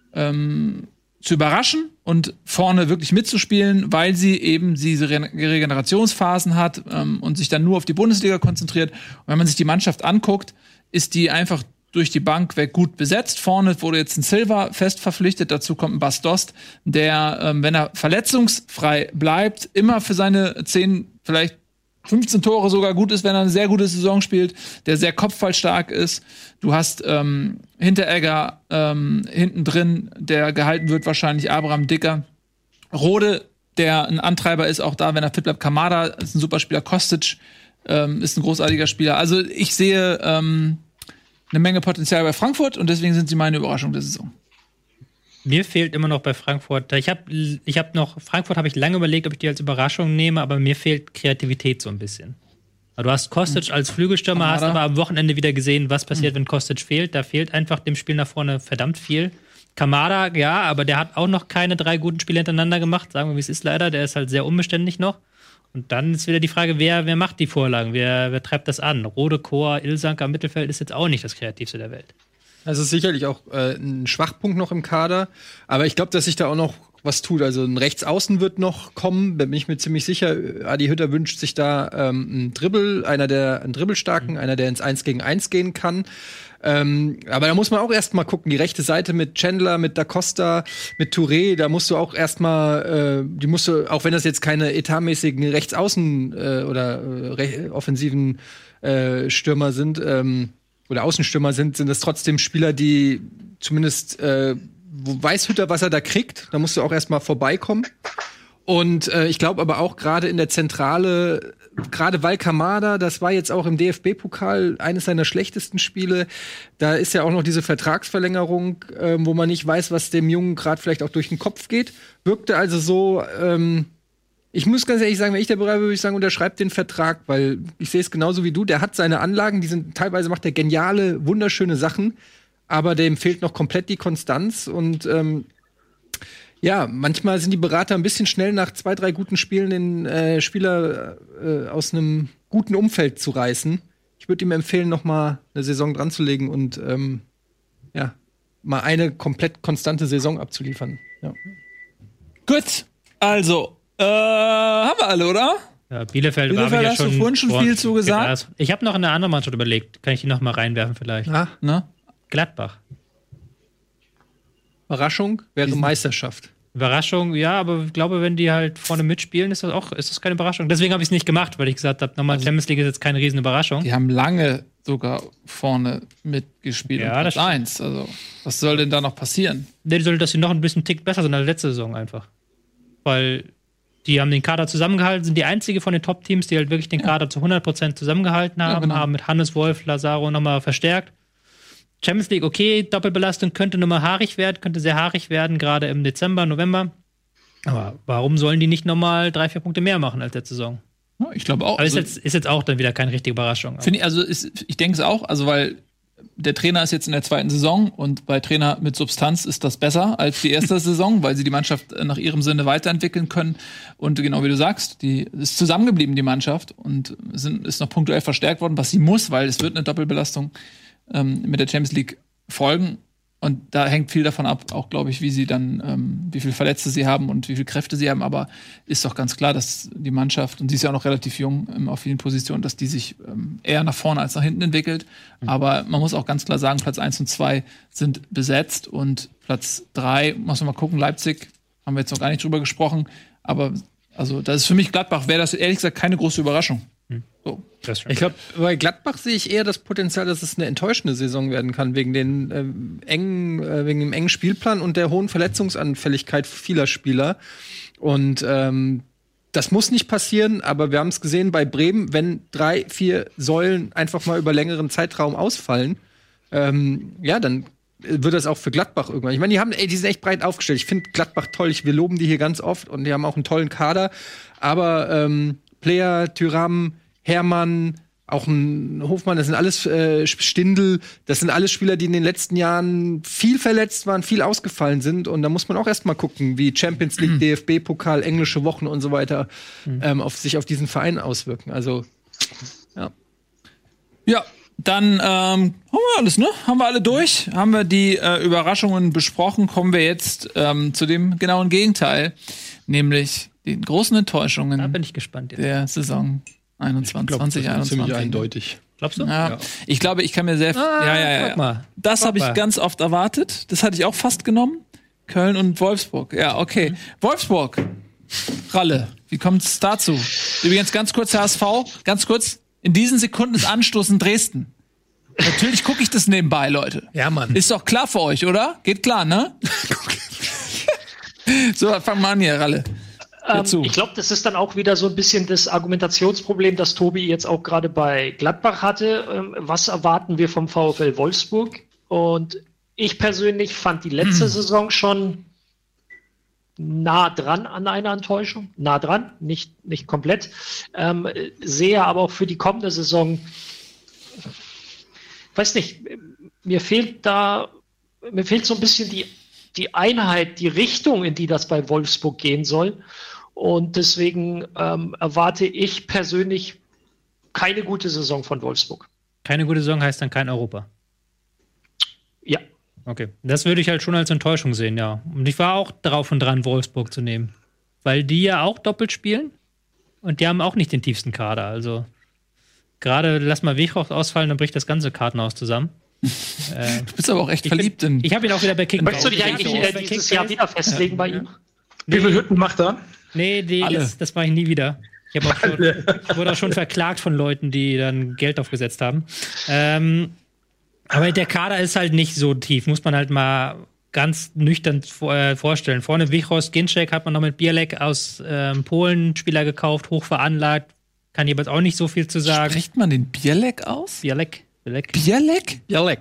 ähm, zu überraschen und vorne wirklich mitzuspielen, weil sie eben diese Re- Regenerationsphasen hat ähm, und sich dann nur auf die Bundesliga konzentriert. Und wenn man sich die Mannschaft anguckt, ist die einfach durch die Bank weg gut besetzt. Vorne wurde jetzt ein Silva fest verpflichtet, dazu kommt ein Bas Dost, der, ähm, wenn er verletzungsfrei bleibt, immer für seine zehn, vielleicht fünfzehn Tore sogar gut ist, wenn er eine sehr gute Saison spielt, der sehr kopfballstark ist. Du hast ähm, Hinteregger ähm, hinten drin, der gehalten wird, wahrscheinlich Abraham Dicker. Rode, der ein Antreiber ist, auch da, wenn er fit bleibt. Kamada ist ein super Spieler. Kostic ähm, ist ein großartiger Spieler. Also ich sehe ähm, eine Menge Potenzial bei Frankfurt und deswegen sind sie meine Überraschung der Saison. Mir fehlt immer noch bei Frankfurt, ich habe ich hab noch, Frankfurt habe ich lange überlegt, ob ich die als Überraschung nehme, aber mir fehlt Kreativität so ein bisschen. Du hast Kostic als Flügelstürmer, hast aber am Wochenende wieder gesehen, was passiert, wenn Kostic fehlt. Da fehlt einfach dem Spiel nach vorne verdammt viel. Kamada, ja, aber der hat auch noch keine drei guten Spiele hintereinander gemacht, sagen wir, wie es ist leider. Der ist halt sehr unbeständig noch. Und dann ist wieder die Frage, wer, wer macht die Vorlagen? Wer, wer treibt das an? Rode, Chor, Ilsanker im Mittelfeld ist jetzt auch nicht das Kreativste der Welt. Also sicherlich auch äh, ein Schwachpunkt noch im Kader. Aber ich glaube, dass sich da auch noch was tut. Also ein Rechtsaußen wird noch kommen, da bin ich mir ziemlich sicher. Adi Hütter wünscht sich da ähm, einen Dribbel, einer der einen Dribbelstarken, mhm. einer, der ins eins gegen eins gehen kann. Ähm, aber da muss man auch erst mal gucken, die rechte Seite mit Chandler, mit Da Costa, mit Touré, da musst du auch erst mal, äh, die musst du, auch wenn das jetzt keine etatmäßigen Rechtsaußen äh, oder äh, offensiven äh, Stürmer sind, ähm, oder Außenstürmer sind, sind das trotzdem Spieler, die zumindest äh, wo weiß Hütter, was er da kriegt. Da musst du auch erst mal vorbeikommen. Und äh, ich glaube aber auch gerade in der Zentrale, gerade weil Kamada, das war jetzt auch im D F B-Pokal eines seiner schlechtesten Spiele, da ist ja auch noch diese Vertragsverlängerung, äh, wo man nicht weiß, was dem Jungen gerade vielleicht auch durch den Kopf geht. Wirkte also so, ähm, Ich muss ganz ehrlich sagen, wenn ich der Berater wäre, würde ich sagen, unterschreibt den Vertrag, weil ich sehe es genauso wie du. Der hat seine Anlagen, die sind teilweise macht er geniale, wunderschöne Sachen, aber dem fehlt noch komplett die Konstanz. Und ähm, ja, manchmal sind die Berater ein bisschen schnell nach zwei, drei guten Spielen den äh, Spieler äh, aus einem guten Umfeld zu reißen. Ich würde ihm empfehlen, noch mal eine Saison dran zu legen und ähm, ja, mal eine komplett konstante Saison abzuliefern. Ja. Gut, also Äh, haben wir alle, oder? Ja, Bielefeld, Bielefeld war ja hast schon du vorhin schon viel zu gesagt. Ich habe noch eine andere Mannschaft überlegt. Kann ich die noch mal reinwerfen vielleicht? Ah, ne? Gladbach. Überraschung wäre Diesen- Meisterschaft. Überraschung, ja, aber ich glaube, wenn die halt vorne mitspielen, ist das auch ist das keine Überraschung. Deswegen habe ich es nicht gemacht, weil ich gesagt habe, nochmal Champions League ist jetzt keine riesen Überraschung. Die haben lange sogar vorne mitgespielt. Ja, um das Platz eins. Also, was soll denn da noch passieren? Nee, die sollte, dass sie noch ein bisschen Tick besser sind als letzte Saison einfach. Weil die haben den Kader zusammengehalten, sind die einzige von den Top-Teams, die halt wirklich den Kader zu hundert Prozent zusammengehalten haben, Ja, genau. haben mit Hannes Wolf, Lazaro nochmal verstärkt. Champions League, okay, Doppelbelastung könnte nochmal haarig werden, könnte sehr haarig werden, gerade im Dezember, November. Aber warum sollen die nicht nochmal drei, vier Punkte mehr machen als letzte Saison? Ja, ich glaube auch. Aber ist Also, jetzt, ist jetzt auch dann wieder keine richtige Überraschung. finde ich, also ist, ich denke es auch, also weil der Trainer ist jetzt in der zweiten Saison und bei Trainer mit Substanz ist das besser als die erste Saison, weil sie die Mannschaft nach ihrem Sinne weiterentwickeln können. Und genau wie du sagst, die ist zusammengeblieben, die Mannschaft, und sind, ist noch punktuell verstärkt worden, was sie muss, weil es wird eine Doppelbelastung ähm, mit der Champions League folgen. Und da hängt viel davon ab, auch glaube ich, wie sie dann, ähm, wie viele Verletzte sie haben und wie viele Kräfte sie haben. Aber ist doch ganz klar, dass die Mannschaft, und sie ist ja auch noch relativ jung ähm, auf vielen Positionen, dass die sich ähm, eher nach vorne als nach hinten entwickelt. Mhm. Aber man muss auch ganz klar sagen, Platz eins und zwei sind besetzt und Platz drei, muss man mal gucken, Leipzig, haben wir jetzt noch gar nicht drüber gesprochen. Aber also, das ist für mich Gladbach, wäre das ehrlich gesagt keine große Überraschung. Mhm. So. Ich glaube, bei Gladbach sehe ich eher das Potenzial, dass es eine enttäuschende Saison werden kann, wegen, den, ähm, engen, äh, wegen dem engen Spielplan und der hohen Verletzungsanfälligkeit vieler Spieler. Und ähm, das muss nicht passieren, aber wir haben es gesehen bei Bremen, wenn drei, vier Säulen einfach mal über längeren Zeitraum ausfallen, ähm, ja, dann wird das auch für Gladbach irgendwann. Ich meine, die haben, ey, die sind echt breit aufgestellt. Ich finde Gladbach toll, ich, wir loben die hier ganz oft und die haben auch einen tollen Kader. Aber ähm, Player, Thuram, Hermann, auch ein Hofmann, das sind alles äh, Stindl, das sind alles Spieler, die in den letzten Jahren viel verletzt waren, viel ausgefallen sind. Und da muss man auch erst mal gucken, wie Champions League, mhm. D F B-Pokal, englische Wochen und so weiter mhm. ähm, auf sich auf diesen Verein auswirken. Also, ja. Ja, dann ähm, haben wir alles, ne? Haben wir alle durch? Haben wir die äh, Überraschungen besprochen? Kommen wir jetzt ähm, zu dem genauen Gegenteil, nämlich den großen Enttäuschungen Da bin ich gespannt jetzt. der Saison einundzwanzig, zwanzig einundzwanzig. Ziemlich eindeutig. Glaubst du? Ja. Ja. Ich glaube, ich kann mir sehr. Ah, ja, ja, ja. guck mal. Das habe ich Hoppa. ganz oft erwartet. Das hatte ich auch fast genommen. Köln und Wolfsburg. Ja, okay. Mhm. Wolfsburg. Ralle. Wie kommt es dazu? Übrigens ganz kurz der H S V. Ganz kurz. In diesen Sekunden ist Anstoß in Dresden. Natürlich gucke ich das nebenbei, Leute. Ja, Mann. Ist doch klar für euch, oder? Geht klar, ne? So, fangen wir an hier, Ralle. Ähm, zu. ich glaube, das ist dann auch wieder so ein bisschen das Argumentationsproblem, das Tobi jetzt auch gerade bei Gladbach hatte. Ähm, was erwarten wir vom VfL Wolfsburg? Und ich persönlich fand die letzte Hm. Saison schon nah dran an einer Enttäuschung. Nah dran, nicht, nicht komplett. Ähm, sehe aber auch für die kommende Saison, weiß nicht, mir fehlt da, mir fehlt so ein bisschen die, die Einheit, die Richtung, in die das bei Wolfsburg gehen soll. Und deswegen ähm, erwarte ich persönlich keine gute Saison von Wolfsburg. Keine gute Saison heißt dann kein Europa. Ja. Okay. Das würde ich halt schon als Enttäuschung sehen, ja. Und ich war auch drauf und dran, Wolfsburg zu nehmen. Weil die ja auch doppelt spielen und die haben auch nicht den tiefsten Kader. Also gerade lass mal Weghorst ausfallen, dann bricht das ganze Kartenhaus zusammen. äh, Du bist aber auch echt ich verliebt bin, in. Ich habe ihn auch wieder bei Kickbase. Möchtest du dich eigentlich äh, dieses Jahr wieder festlegen bei ihm? Wie viele Hütten macht er? Nee, nee Alle. das, das mache ich nie wieder. Ich, hab auch schon, ich wurde auch schon verklagt von Leuten, die dann Geld aufgesetzt haben. Ähm, aber der Kader ist halt nicht so tief, muss man halt mal ganz nüchtern vor, äh, vorstellen. Vorne Wichros, Ginczek hat man noch mit Bielek aus ähm, Polen Spieler gekauft, hoch veranlagt. Kann jeweils auch nicht so viel zu sagen. Spricht man den Bielek aus? Bielek. Bielek. Bielek? Bielek.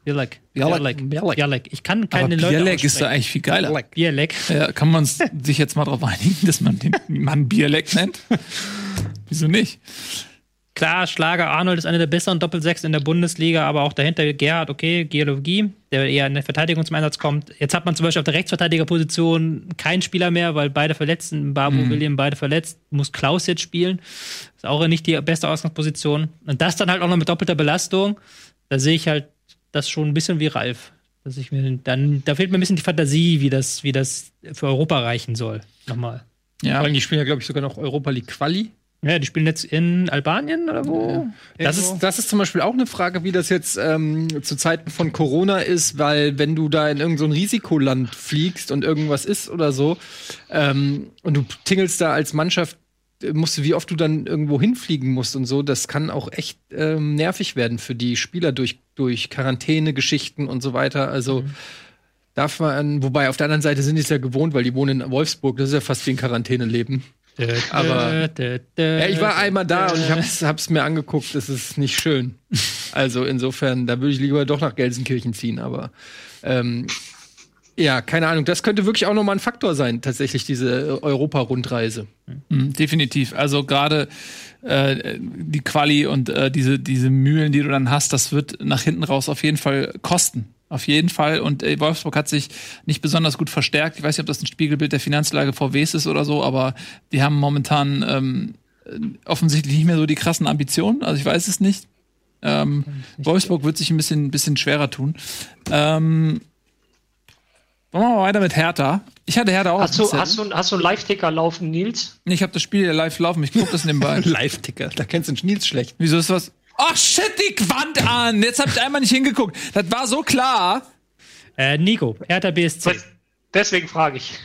Bielek. Bielek. Bielek. Bielek. Ich kann keine Aber Leute Bielek ist da aussprechen. eigentlich viel geiler. Bielek. Ja, kann man sich jetzt mal drauf einigen, dass man den Mann Bielek nennt? Wieso nicht? Klar, Schlager Arnold ist einer der besseren Doppelsechs in der Bundesliga, aber auch dahinter Gerhard, okay, Geologie, der eher in der Verteidigung zum Einsatz kommt. Jetzt hat man zum Beispiel auf der Rechtsverteidigerposition keinen Spieler mehr, weil beide verletzt sind, Babu, mhm. William beide verletzt, muss Klaus jetzt spielen. Ist auch nicht die beste Ausgangsposition. Und das dann halt auch noch mit doppelter Belastung, da sehe ich halt das schon ein bisschen wie Ralf. Dass ich mir dann, da fehlt mir ein bisschen die Fantasie, wie das, wie das für Europa reichen soll. Nochmal. Ja, weil die spielen ja, glaube ich, sogar noch Europa League Quali. Ja, die spielen jetzt in Albanien oder wo? Ja. Das, ist, das ist zum Beispiel auch eine Frage, wie das jetzt ähm, zu Zeiten von Corona ist, weil wenn du da in irgendein so ein Risikoland fliegst und irgendwas ist oder so ähm, und du tingelst da als Mannschaft, musst du, wie oft du dann irgendwo hinfliegen musst und so, das kann auch echt ähm, nervig werden für die Spieler durch, durch Quarantäne-Geschichten und so weiter. Also mhm. darf man, wobei auf der anderen Seite sind die es ja gewohnt, weil die wohnen in Wolfsburg, das ist ja fast wie ein Quarantäneleben. Aber ja, ich war einmal da und ich hab's, hab's mir angeguckt, das ist nicht schön. Also insofern, da würde ich lieber doch nach Gelsenkirchen ziehen, aber ähm, ja, keine Ahnung, das könnte wirklich auch noch mal ein Faktor sein, tatsächlich diese Europa-Rundreise. Mhm, definitiv, also gerade äh, die Quali und äh, diese, diese Mühlen, die du dann hast, das wird nach hinten raus auf jeden Fall kosten. Auf jeden Fall. Und äh, Wolfsburg hat sich nicht besonders gut verstärkt. Ich weiß nicht, ob das ein Spiegelbild der Finanzlage V Ws ist oder so, aber die haben momentan ähm, offensichtlich nicht mehr so die krassen Ambitionen. Also ich weiß es nicht. Ähm, nicht Wolfsburg wird sich ein bisschen, bisschen schwerer tun. Ähm, wollen wir mal weiter mit Hertha. Ich hatte Hertha auch. Hast du, hast du, hast du einen Live-Ticker laufen, Nils? Nee, ich habe das Spiel live laufen. Ich gucke das nebenbei. Live-Ticker, da kennst du den Nils schlecht. Wieso ist was? Ach, shit, die Wand an. Jetzt hab ich einmal nicht hingeguckt. Das war so klar. Äh, Nico, Hertha B S C. Deswegen frage ich.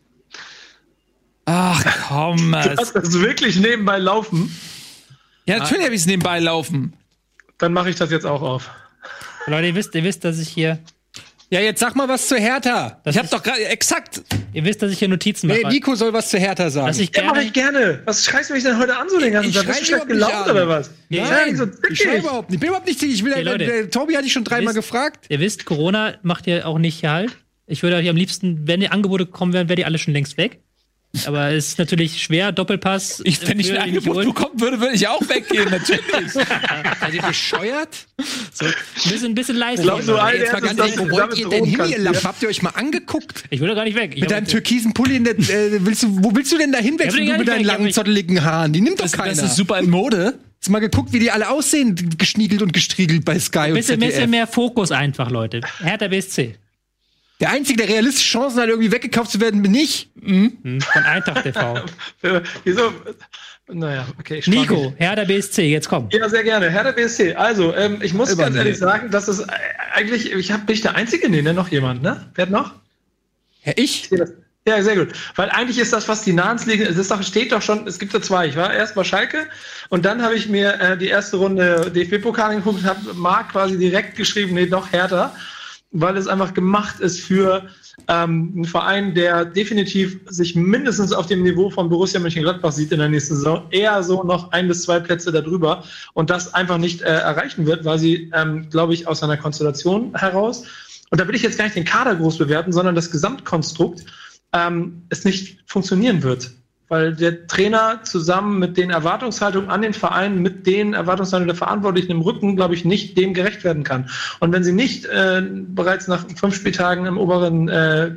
Ach, komm. Du hast das wirklich nebenbei laufen? Ja, natürlich habe ich es nebenbei laufen. Dann mache ich das jetzt auch auf. Leute, ihr wisst, ihr wisst, dass ich hier... Ja, jetzt sag mal was zu Hertha. Ich hab doch gerade exakt. Ihr wisst, dass ich hier Notizen mache. Nee, Nico soll was zu Hertha sagen. Dass ich Ja, gerne, mache ich gerne. Was schreist du mich denn heute an, so den ganzen Tag? Bist du schlecht gelaunt oder was? Nein, ja, so ich schreibe überhaupt nicht. Ich bin überhaupt nicht. Ich will, hey, Leute, der, der Tobi hatte ich schon dreimal wisst, gefragt. Ihr wisst, Corona macht ja auch nicht Halt. Ich würde euch am liebsten, wenn die Angebote kommen wären, wären die alle schon längst weg. Aber es ist natürlich schwer, Doppelpass. Ich, wenn ich ein Angebot bekommen würde, würde ich auch weggehen, natürlich. Seid ihr bescheuert? So, ein bisschen, ein bisschen leise. Glaubst du, all Jetzt mal ganz ehrlich, wo wollt ihr denn hin, ihr Lappen? Habt ihr euch mal angeguckt? Ich will doch gar nicht weg. Ich mit deinem türkisen Pulli, in der, äh, willst du, wo willst du denn da hinwechseln, du mit deinen langen, zotteligen Haaren? Die nimmt doch Das, keiner. das ist super in Mode. Hast du mal geguckt, wie die alle aussehen, geschniegelt und gestriegelt bei Sky Ein und bisschen, Z D F? bisschen mehr Fokus einfach, Leute. Hertha B S C. Der Einzige, der realistische Chancen hat, irgendwie weggekauft zu werden, bin ich. Mhm. Von Eintracht T V. Wieso? Naja, okay. Ich Nico, Hertha B S C, jetzt komm. Ja, sehr gerne. Hertha B S C. Also, ähm, ich muss Über ganz nee. ehrlich sagen, dass es äh, eigentlich, ich hab, bin ich der Einzige? Nee, ne, noch jemand, ne? Wer hat noch? Ja, ich? Ja, sehr gut. Weil eigentlich ist das, was die Nahens liegen, es ist doch, steht doch schon, es gibt ja zwei. Ich war erst bei Schalke und dann habe ich mir äh, die erste Runde D F B-Pokal angeguckt und habe Marc quasi direkt geschrieben, nee, doch Hertha. Weil es einfach gemacht ist für ähm, einen Verein, der definitiv sich mindestens auf dem Niveau von Borussia Mönchengladbach sieht in der nächsten Saison, eher so noch ein bis zwei Plätze darüber und das einfach nicht äh, erreichen wird, weil sie, ähm, glaube ich, aus einer Konstellation heraus, und da will ich jetzt gar nicht den Kader groß bewerten, sondern das Gesamtkonstrukt, ähm, es nicht funktionieren wird. Weil der Trainer zusammen mit den Erwartungshaltungen an den Verein, mit den Erwartungshaltungen der Verantwortlichen im Rücken, glaube ich, nicht dem gerecht werden kann. Und wenn sie nicht äh, bereits nach fünf Spieltagen im oberen äh,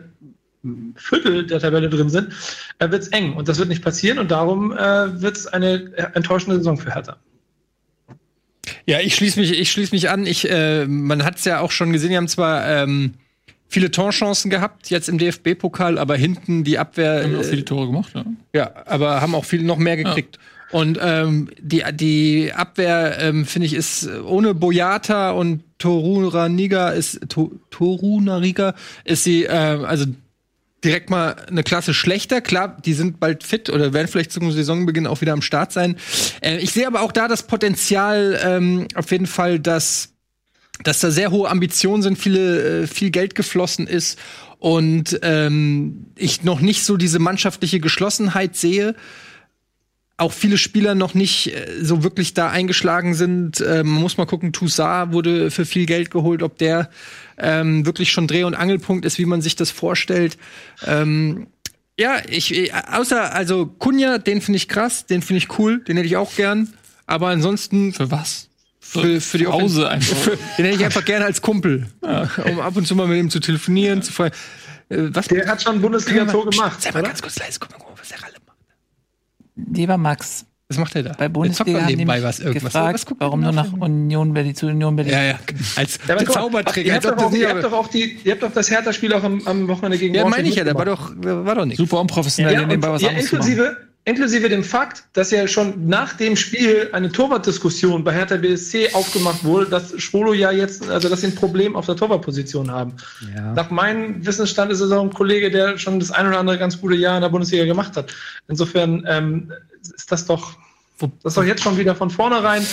Viertel der Tabelle drin sind, äh, wird es eng. Und das wird nicht passieren. Und darum äh, wird es eine enttäuschende Saison für Hertha. Ja, ich schließe mich, ich schließe mich an. Ich, äh, man hat es ja auch schon gesehen, die haben zwar ähm, viele Torchancen gehabt, jetzt im D F B-Pokal, aber hinten die Abwehr. Haben auch viele Tore gemacht, ja. Ja, aber haben auch viel noch mehr gekriegt. Ja. Und ähm, die, die Abwehr, ähm, finde ich, ist ohne Boyata und Torunariga ist to, Torunariga ist sie, äh, also direkt mal eine Klasse schlechter. Klar, die sind bald fit oder werden vielleicht zum Saisonbeginn auch wieder am Start sein. Äh, ich sehe aber auch da das Potenzial ähm, auf jeden Fall, dass dass da sehr hohe Ambitionen sind, viele, viel Geld geflossen ist und ähm, ich noch nicht so diese mannschaftliche Geschlossenheit sehe. auch viele Spieler noch nicht äh, so wirklich da eingeschlagen sind. Äh, man muss mal gucken, Toussaint wurde für viel Geld geholt, ob der ähm, wirklich schon Dreh- und Angelpunkt ist, wie man sich das vorstellt. Ähm, ja, ich, außer, also Cunha, den finde ich krass, den finde ich cool, den hätte ich auch gern. Aber ansonsten. Für was? Für, für die Hause einfach. Für, den hätte ich einfach gerne als Kumpel. Ja. Um ab und zu mal mit ihm zu telefonieren, zu fragen. Äh, was der hat schon ein Bundesliga-Tor gemacht. Sag mal ganz kurz leise, guck mal, was der Ralle macht. Lieber Max. Was macht er da? Bei Bundesliga haben die was, gefragt, was, was warum nur nach Union Berlin zu Union Berlin. Ja, ja. Als ja, Zauberträger. Ihr habt, doch auch, ihr, habt doch auch die, ihr habt doch das Hertha-Spiel auch am, am Wochenende gegen Ja, meine ich ja, da war doch, war doch nichts. Super unprofessionell, ja, nebenbei was ja, anderes inklusive, inklusive dem Fakt, dass ja schon nach dem Spiel eine Torwartdiskussion bei Hertha B S C aufgemacht wurde, dass Schwolo ja jetzt, also dass sie ein Problem auf der Torwartposition haben. Ja. Nach meinem Wissensstand ist es auch ein Kollege, der schon das ein oder andere ganz gute Jahr in der Bundesliga gemacht hat. Insofern ähm, ist das doch Das ist doch jetzt schon wieder von vornherein.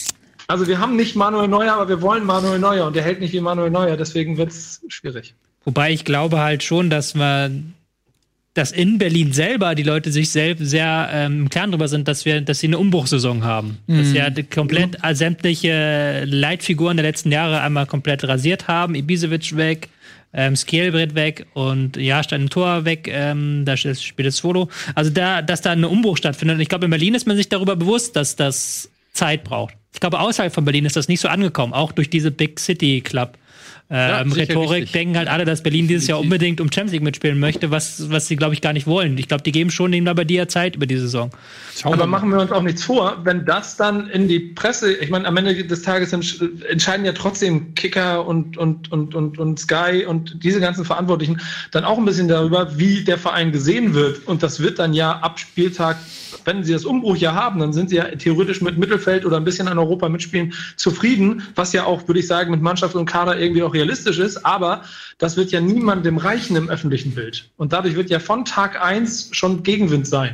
Also wir haben nicht Manuel Neuer, aber wir wollen Manuel Neuer und der hält nicht wie Manuel Neuer, deswegen wird es schwierig. Wobei ich glaube halt schon, dass man, dass in Berlin selber die Leute sich selbst sehr ähm, im Klaren darüber sind, dass wir, dass sie eine Umbruchssaison haben. Mhm. Dass ja komplett mhm. sämtliche Leitfiguren der letzten Jahre einmal komplett rasiert haben. Ibisevic weg, Ähm, Skjelbred weg und Jahrstein im Tor weg, ähm, da spielt das Solo. Also da, dass da eine Umbruch stattfindet. Und ich glaube, in Berlin ist man sich darüber bewusst, dass das Zeit braucht. Ich glaube, außerhalb von Berlin ist das nicht so angekommen, auch durch diese Big City Club. Ähm, ja, Rhetorik richtig. Denken halt alle, dass Berlin dieses Jahr unbedingt um Champions League mitspielen möchte, was, was sie, glaube ich, gar nicht wollen. Ich glaube, die geben schon denen aber die Zeit über die Saison. Schauen aber machen wir uns auch nichts vor, wenn das dann in die Presse, ich meine, am Ende des Tages entscheiden ja trotzdem Kicker und, und, und, und, und Sky und diese ganzen Verantwortlichen dann auch ein bisschen darüber, wie der Verein gesehen wird. Und das wird dann ja ab Spieltag, wenn sie das Umbruchjahr haben, dann sind sie ja theoretisch mit Mittelfeld oder ein bisschen an Europa mitspielen zufrieden, was ja auch, würde ich sagen, mit Mannschaft und Kader irgendwie auch realistisch ist, aber das wird ja niemandem reichen im öffentlichen Bild. Und dadurch wird ja von Tag eins schon Gegenwind sein.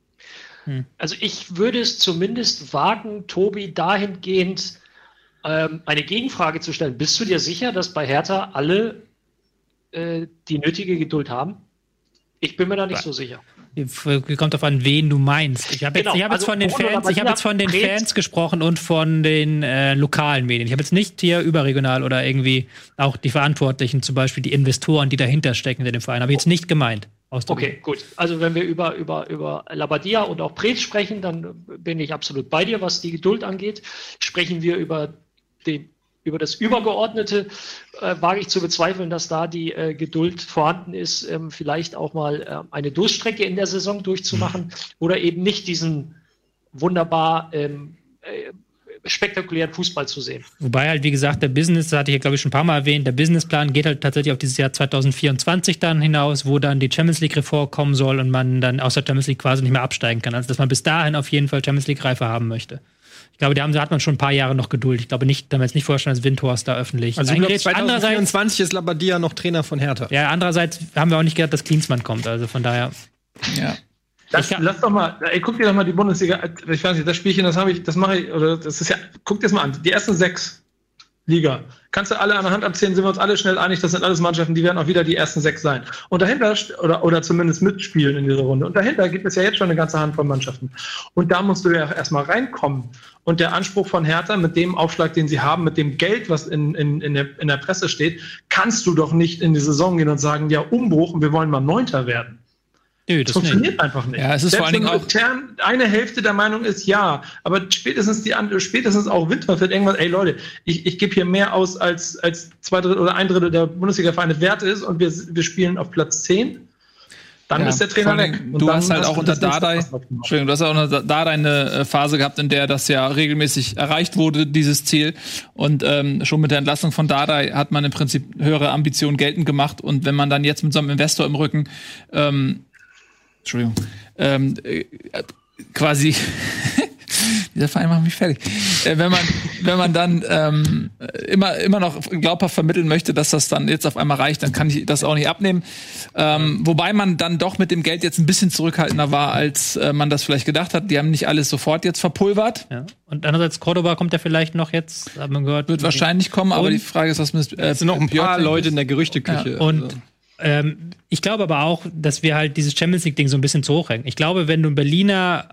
Also ich würde es zumindest wagen, Tobi, dahingehend ähm, eine Gegenfrage zu stellen. Bist du dir sicher, dass bei Hertha alle äh, die nötige Geduld haben? Ich bin mir da nicht so sicher. Kommt darauf an, wen du meinst. Ich habe jetzt, genau. ich hab jetzt also von den Fans, ich habe jetzt von den Fans gesprochen und von den äh, lokalen Medien. Ich habe jetzt nicht hier überregional oder irgendwie auch die Verantwortlichen, zum Beispiel die Investoren, die dahinter stecken in dem Verein, habe ich jetzt nicht gemeint. Okay, gut. Also wenn wir über, über, über Labadia und auch Preetz sprechen, dann bin ich absolut bei dir, was die Geduld angeht. Sprechen wir über den Über das Übergeordnete äh, wage ich zu bezweifeln, dass da die äh, Geduld vorhanden ist, ähm, vielleicht auch mal äh, eine Durchstrecke in der Saison durchzumachen oder eben nicht diesen wunderbar ähm, äh, spektakulären Fußball zu sehen. Wobei halt, wie gesagt, der Business, das hatte ich ja, glaube ich, schon ein paar Mal erwähnt, der Businessplan geht halt tatsächlich auf dieses Jahr zwanzig vierundzwanzig dann hinaus, wo dann die Champions League-Reform kommen soll und man dann aus der Champions League quasi nicht mehr absteigen kann. Also, dass man bis dahin auf jeden Fall Champions League-Reife haben möchte. Ich glaube, da, haben, da hat man schon ein paar Jahre noch Geduld. Ich glaube nicht, kann man jetzt nicht vorstellen, dass Windhorst da öffentlich. Also zwanzig vierundzwanzig ist Labadia noch Trainer von Hertha. Ja, andererseits haben wir auch nicht gedacht, dass Klinsmann kommt. Also von daher. Ja. Das, lass doch mal, ey, guck dir doch mal die Bundesliga, ich weiß nicht, das Spielchen, das habe ich, das mache ich, oder das ist ja, guck dir das mal an. Die ersten sechs Liga. Kannst du alle an der Hand abzählen, sind wir uns alle schnell einig, das sind alles Mannschaften, die werden auch wieder die ersten sechs sein. Und dahinter, oder, oder zumindest mitspielen in dieser Runde. Und dahinter gibt es ja jetzt schon eine ganze Handvoll Mannschaften. Und da musst du ja auch erstmal reinkommen. Und der Anspruch von Hertha mit dem Aufschlag, den sie haben, mit dem Geld, was in, in, in, der, in der Presse steht, kannst du doch nicht in die Saison gehen und sagen, ja, Umbruch und wir wollen mal Neunter werden. Nö, das, das funktioniert nicht. einfach nicht. Ja, es ist Selbst vor allen Dingen auch intern eine Hälfte der Meinung ist ja, aber spätestens die andere, spätestens auch Winter wird irgendwas, ey Leute, ich, ich gebe hier mehr aus, als, als zwei Drittel oder ein Drittel der Bundesliga-Vereine wert ist und wir, wir spielen auf Platz zehn. Dann ja, ist der Trainer weg. Und du hast halt auch unter Dardai, Entschuldigung, du hast auch unter Dardai eine Phase gehabt, in der das ja regelmäßig erreicht wurde, dieses Ziel. Und ähm, schon mit der Entlassung von Dardai hat man im Prinzip höhere Ambitionen geltend gemacht. Und wenn man dann jetzt mit so einem Investor im Rücken ähm, Entschuldigung, ähm, äh, quasi dieser Verein macht mich fertig. Äh, wenn man, wenn man dann ähm, immer, immer noch glaubhaft vermitteln möchte, dass das dann jetzt auf einmal reicht, dann kann ich das auch nicht abnehmen. Ähm, wobei man dann doch mit dem Geld jetzt ein bisschen zurückhaltender war, als äh, man das vielleicht gedacht hat. Die haben nicht alles sofort jetzt verpulvert. Ja. Und andererseits Cordoba kommt ja vielleicht noch jetzt, haben wir gehört. Wird wahrscheinlich kommen, aber die Frage ist, was mit äh, es sind noch ein paar Leute in der Gerüchteküche. Ja. Und also. Ähm, ich glaube aber auch, dass wir halt dieses Champions League-Ding so ein bisschen zu hoch hängen. Ich glaube, wenn du ein Berliner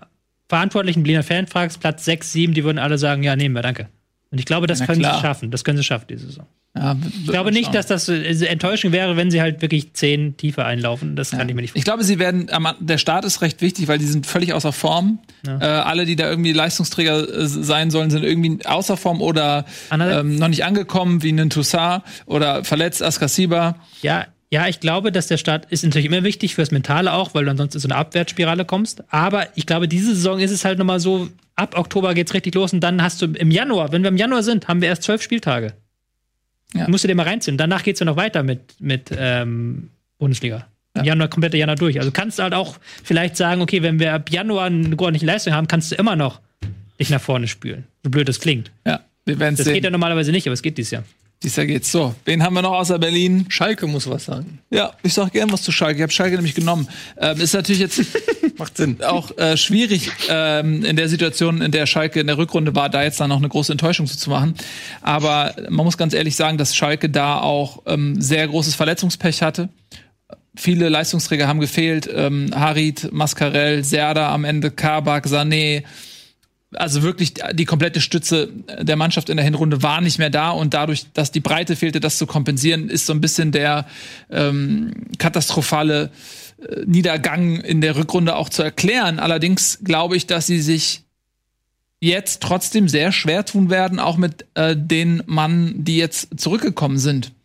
verantwortlichen Berliner Fan fragst, Platz sechs, sieben, die würden alle sagen, ja, nehmen wir, danke. Und ich glaube, das Na können klar. sie schaffen. Das können sie schaffen, diese Saison. Ja, ich glaube nicht, dass das äh, enttäuschend wäre, wenn sie halt wirklich zehn tiefer einlaufen. Das kann ja. ich mir nicht vorstellen. Ich glaube, sie werden, der Start ist recht wichtig, weil die sind völlig außer Form. Ja. Äh, alle, die da irgendwie Leistungsträger äh, sein sollen, sind irgendwie außer Form oder ähm, noch nicht angekommen, wie ein Toussaint oder verletzt Askasiba. Ja, ja, ich glaube, dass der Start ist natürlich immer wichtig fürs Mentale auch, weil du ansonsten in so eine Abwärtsspirale kommst. Aber ich glaube, diese Saison ist es halt nochmal so, ab Oktober geht's richtig los und dann hast du im Januar, wenn wir im Januar sind, haben wir erst zwölf Spieltage. Ja. Musst du dir mal reinziehen. Danach geht's ja noch weiter mit, mit ähm, Bundesliga. Im ja. Januar, komplette Januar durch. Also kannst du halt auch vielleicht sagen, okay, wenn wir ab Januar eine ordentliche Leistung haben, kannst du immer noch dich nach vorne spülen. So blöd das klingt. Ja, wir werden Das sehen. geht ja normalerweise nicht, aber es geht dieses Jahr. Dieses Jahr geht's. So, wen haben wir noch außer Berlin? Schalke muss was sagen. Ja, ich sag gern was zu Schalke. Ich habe Schalke nämlich genommen. Ähm, ist natürlich jetzt Macht Sinn. auch äh, schwierig ähm, in der Situation, in der Schalke in der Rückrunde war, da jetzt dann noch eine große Enttäuschung zu machen. Aber man muss ganz ehrlich sagen, dass Schalke da auch ähm, sehr großes Verletzungspech hatte. Viele Leistungsträger haben gefehlt. Ähm, Harit, Mascarell, Serda am Ende, Kabak, Sané. Also wirklich die komplette Stütze der Mannschaft in der Hinrunde war nicht mehr da und dadurch, dass die Breite fehlte, das zu kompensieren, ist so ein bisschen der ähm, katastrophale äh, Niedergang in der Rückrunde auch zu erklären. Allerdings glaube ich, dass sie sich jetzt trotzdem sehr schwer tun werden, auch mit äh, den Mann, die jetzt zurückgekommen sind.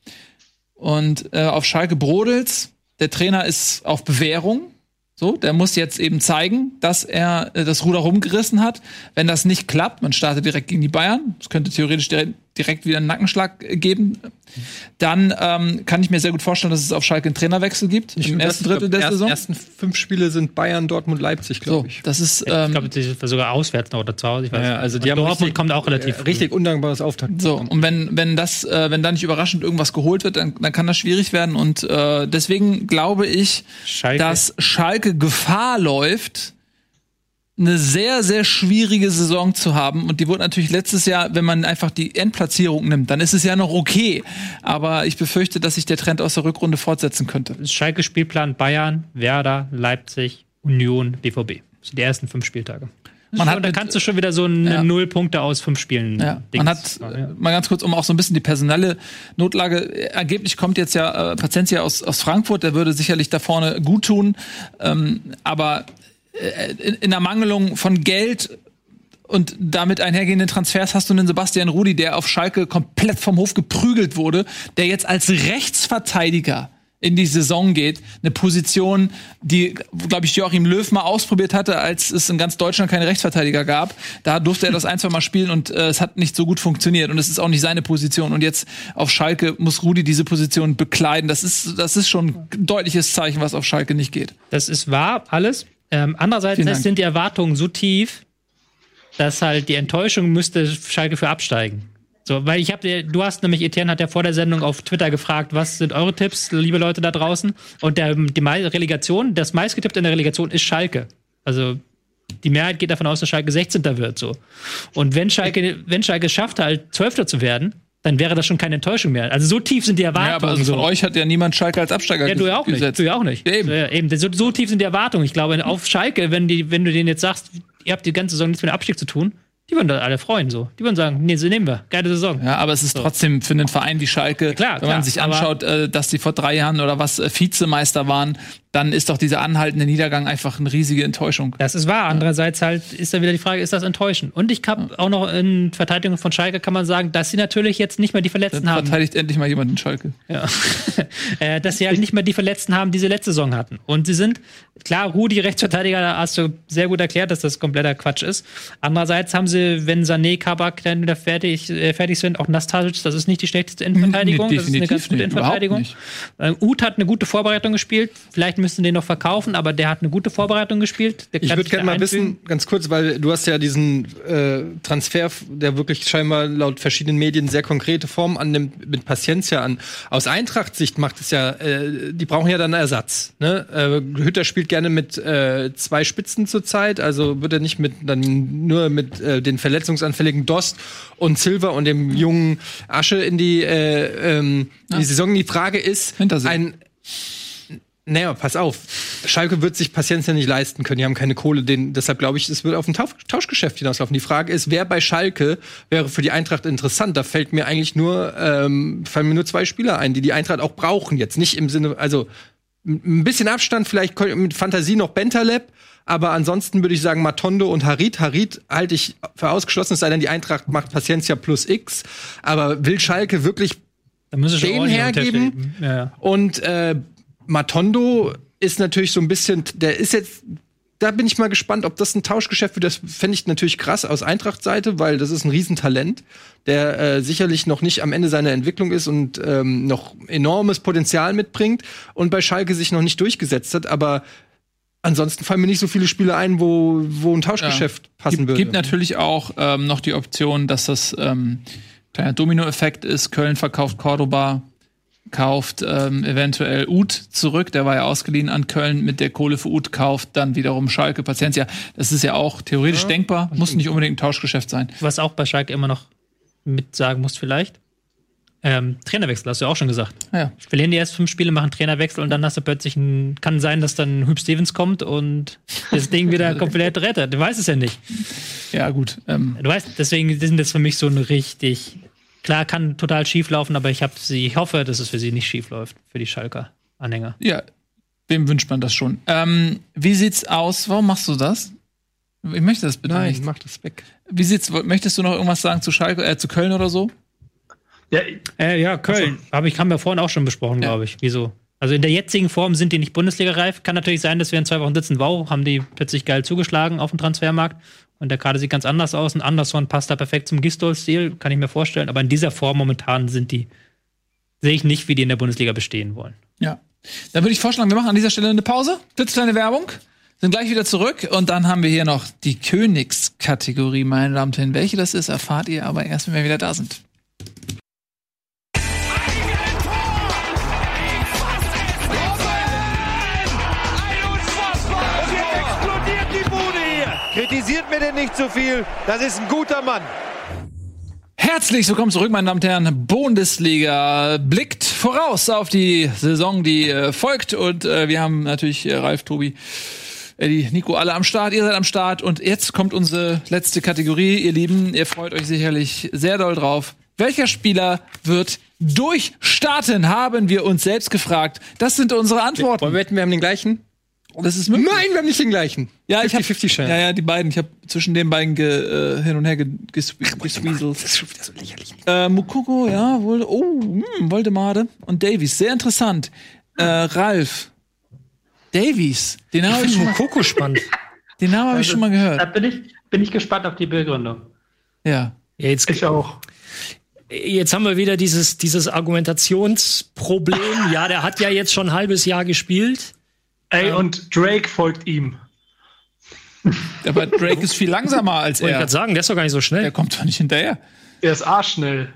Und äh, auf Schalke brodelt's. Der Trainer ist auf Bewährung. So, der muss jetzt eben zeigen, dass er äh, das Ruder rumgerissen hat. Wenn das nicht klappt, man startet direkt gegen die Bayern, es könnte theoretisch direkt, direkt wieder einen Nackenschlag äh, geben, dann ähm, kann ich mir sehr gut vorstellen, dass es auf Schalke einen Trainerwechsel gibt Ich im ersten Drittel der erst, Saison. Die ersten fünf Spiele sind Bayern, Dortmund, Leipzig, glaube So, ich. das ist Ich ähm, glaube, das war sogar auswärts noch oder zu Hause. Ich weiß Ja, nicht. also die Und haben Dortmund richtig- kommt auch relativ äh, richtig undankbares Auftakt. so. Und wenn wenn das äh, wenn da nicht überraschend irgendwas geholt wird, dann, dann kann das schwierig werden. Und äh, deswegen glaube ich, Schalke. dass Schalke Gefahr läuft, eine sehr, sehr schwierige Saison zu haben. Und die wurde natürlich letztes Jahr, wenn man einfach die Endplatzierung nimmt, dann ist es ja noch okay. Aber ich befürchte, dass sich der Trend aus der Rückrunde fortsetzen könnte. Schalke Spielplan Bayern, Werder, Leipzig, Union, B V B. Das sind die ersten fünf Spieltage. Man Und hat da mit- kannst du schon wieder so eine Ja. Null Punkte aus fünf Spielen. Ja, Dings man hat, machen, äh, ja. mal ganz kurz, um auch so ein bisschen die personelle Notlage, angeblich kommt jetzt ja äh, Paciencia aus, aus Frankfurt, der würde sicherlich da vorne gut tun, ähm, aber äh, in, in der Mangelung von Geld und damit einhergehenden Transfers hast du einen Sebastian Rudi, der auf Schalke komplett vom Hof geprügelt wurde, der jetzt als Rechtsverteidiger in die Saison geht, eine Position, die, glaube ich, Joachim Löw mal ausprobiert hatte, als es in ganz Deutschland keine Rechtsverteidiger gab. Da durfte er das ein, zwei Mal spielen und äh, es hat nicht so gut funktioniert und es ist auch nicht seine Position. Und jetzt auf Schalke muss Rudi diese Position bekleiden. Das ist, das ist schon ein deutliches Zeichen, was auf Schalke nicht geht. Das ist wahr, alles. Ähm, andererseits Vielen Dank. sind die Erwartungen so tief, dass halt die Enttäuschung müsste Schalke für absteigen. So, weil ich habe, du hast nämlich, Etienne hat ja vor der Sendung auf Twitter gefragt, was sind eure Tipps, liebe Leute da draußen? Und der, die Mei- Relegation, das meistgetippte in der Relegation ist Schalke. Also die Mehrheit geht davon aus, dass Schalke sechzehnter wird. So. Und wenn Schalke, wenn Schalke es schafft, halt zwölfter zu werden, dann wäre das schon keine Enttäuschung mehr. Also so tief sind die Erwartungen. Ja, aber also von so. euch hat ja niemand Schalke als Absteiger Ja, du ja auch nicht. gesetzt. Du ja auch nicht. Ja, eben. Ja, eben. So, so tief sind die Erwartungen. Ich glaube, auf Schalke, wenn, die, wenn du denen jetzt sagst, ihr habt die ganze Saison nichts mit dem Abstieg zu tun, die würden da alle freuen. So. Die würden sagen, nee, so nehmen wir. Geile Saison. Ja, aber es ist trotzdem für einen Verein wie Schalke, Klar, wenn klar, man sich aber- anschaut, äh, dass die vor drei Jahren oder was äh, Vizemeister waren, dann ist doch dieser anhaltende Niedergang einfach eine riesige Enttäuschung. Das ist wahr. Andererseits halt ist dann wieder die Frage, ist das enttäuschend? Und ich habe auch noch in Verteidigung von Schalke kann man sagen, dass sie natürlich jetzt nicht mehr die Verletzten Dann haben. verteidigt endlich mal jemand in Schalke. Ja. äh, dass sie halt nicht mehr die Verletzten haben, die sie letzte Saison hatten. Und sie sind, klar, Rudi, Rechtsverteidiger, da hast du sehr gut erklärt, dass das kompletter Quatsch ist. Andererseits haben sie, wenn Sané, Kabak dann wieder fertig, äh, fertig sind, auch Nastasic, das ist nicht die schlechteste Innenverteidigung. Nee, das ist eine ganz definitiv gute nicht, Innenverteidigung. überhaupt Ähm, Uth hat eine gute Vorbereitung gespielt. Vielleicht müssten den noch verkaufen, aber der hat eine gute Vorbereitung gespielt. Der Ich kann würde sich gerne da mal einfügen. wissen, ganz kurz, weil du hast ja diesen äh, Transfer, der wirklich scheinbar laut verschiedenen Medien sehr konkrete Form annimmt, mit Paciencia an. Aus Eintracht-Sicht macht es ja, äh, die brauchen ja dann Ersatz. Ne? Äh, Hütter spielt gerne mit äh, zwei Spitzen zurzeit, also wird er nicht mit dann nur mit äh, den verletzungsanfälligen Dost und Silva und dem jungen Asche in die, äh, ähm, in die Saison. Die Frage ist, Hintersee. ein Naja, pass auf. Schalke wird sich Paciencia nicht leisten können. Die haben keine Kohle. Den, deshalb glaube ich, es wird auf ein Tausch, Tauschgeschäft hinauslaufen. Die Frage ist, wer bei Schalke wäre für die Eintracht interessant? Da fällt mir eigentlich nur, ähm, fallen mir nur zwei Spieler ein, die die Eintracht auch brauchen. Jetzt nicht im Sinne, also ein bisschen Abstand, vielleicht mit Fantasie noch Bentaleb. Aber ansonsten würde ich sagen Matondo und Harit. Harit halte ich für ausgeschlossen, es sei denn, die Eintracht macht Paciencia plus X. Aber will Schalke wirklich den hergeben? Ja, ja. Und äh, Matondo ist natürlich so ein bisschen, der ist jetzt, da bin ich mal gespannt, ob das ein Tauschgeschäft wird. Das fände ich natürlich krass aus Eintracht-Seite, weil das ist ein Riesentalent, der äh, sicherlich noch nicht am Ende seiner Entwicklung ist und ähm, noch enormes Potenzial mitbringt und bei Schalke sich noch nicht durchgesetzt hat. Aber ansonsten fallen mir nicht so viele Spiele ein, wo, wo ein Tauschgeschäft ja. passen gibt, würde. Es gibt natürlich auch ähm, noch die Option, dass das ähm, kleiner Domino-Effekt ist. Köln verkauft Cordoba, kauft ähm, eventuell Uth zurück, der war ja ausgeliehen an Köln, mit der Kohle für Uth kauft dann wiederum Schalke Paciencia. Das ist ja auch theoretisch ja, denkbar, muss nicht unbedingt ein Tauschgeschäft sein. Was auch bei Schalke immer noch mit sagen musst vielleicht, ähm, Trainerwechsel, hast du ja auch schon gesagt. Ja. Verlieren die erst fünf Spiele, machen Trainerwechsel und dann hast du plötzlich ein, kann sein, dass dann Hüb Stevens kommt und das Ding wieder komplett rettet. Du weißt es ja nicht. Ja, gut. Ähm. Du weißt, deswegen sind das für mich so ein richtig. Klar, kann total schief laufen, aber ich, hab sie, ich hoffe, dass es für sie nicht schief läuft, für die Schalker-Anhänger. Ja, wem wünscht man das schon? Ähm, wie sieht's aus? Warum machst du das? Ich möchte das bitte Nein, nicht. mach das weg. Wie sieht's, möchtest du noch irgendwas sagen zu Schalke, äh, zu Köln oder so? Ja, äh, ja Köln. Also, aber ich haben wir vorhin auch schon besprochen, ja. glaube ich. Wieso? Also in der jetzigen Form sind die nicht Bundesliga-reif. Kann natürlich sein, dass wir in zwei Wochen sitzen, wow, haben die plötzlich geil zugeschlagen auf dem Transfermarkt. Und der Kader sieht ganz anders aus. Und Anderson passt da perfekt zum Gistol-Stil, kann ich mir vorstellen. Aber in dieser Form momentan sind die, sehe ich nicht, wie die in der Bundesliga bestehen wollen. Ja. Dann würde ich vorschlagen, wir machen an dieser Stelle eine Pause. Klitzekleine Werbung. Sind gleich wieder zurück. Und dann haben wir hier noch die Königskategorie, meine Damen und Herren. Welche das ist, erfahrt ihr aber erst, wenn wir wieder da sind. Kritisiert mir denn nicht zu viel, das ist ein guter Mann. Herzlich willkommen zurück, meine Damen und Herren. Bundesliga blickt voraus auf die Saison, die äh, folgt. Und äh, wir haben natürlich äh, Ralf, Tobi, Eddie, Nico alle am Start. Ihr seid am Start. Und jetzt kommt unsere letzte Kategorie, ihr Lieben. Ihr freut euch sicherlich sehr doll drauf. Welcher Spieler wird durchstarten, haben wir uns selbst gefragt. Das sind unsere Antworten. Wollen wir wetten, wir haben den gleichen? Das ist möglich. Nein, wir haben nicht den gleichen. Ja, ich hab, fünfzig Chance. Ja, ja, die beiden. Ich habe zwischen den beiden ge, äh, hin und her gesweezelt. Das ist schon wieder so lächerlich. Äh, Mukoko, ja, wohl. Oh, mh, Woldemade und Davies. Sehr interessant. Äh, Ralf. Davies. Den habe ich, ich schon mal, Mukoko spannend. Den Namen habe ich schon mal gehört. Da bin ich, bin ich gespannt auf die Begründung. Ja. ja jetzt ich auch. Jetzt haben wir wieder dieses, dieses Argumentationsproblem. Ja, der hat ja jetzt schon ein halbes Jahr gespielt. Ey, und Drake folgt ihm. Aber Drake ist viel langsamer als Wollte er. Ich gerade sagen, der ist doch gar nicht so schnell. Der kommt doch nicht hinterher. Er ist arschschnell.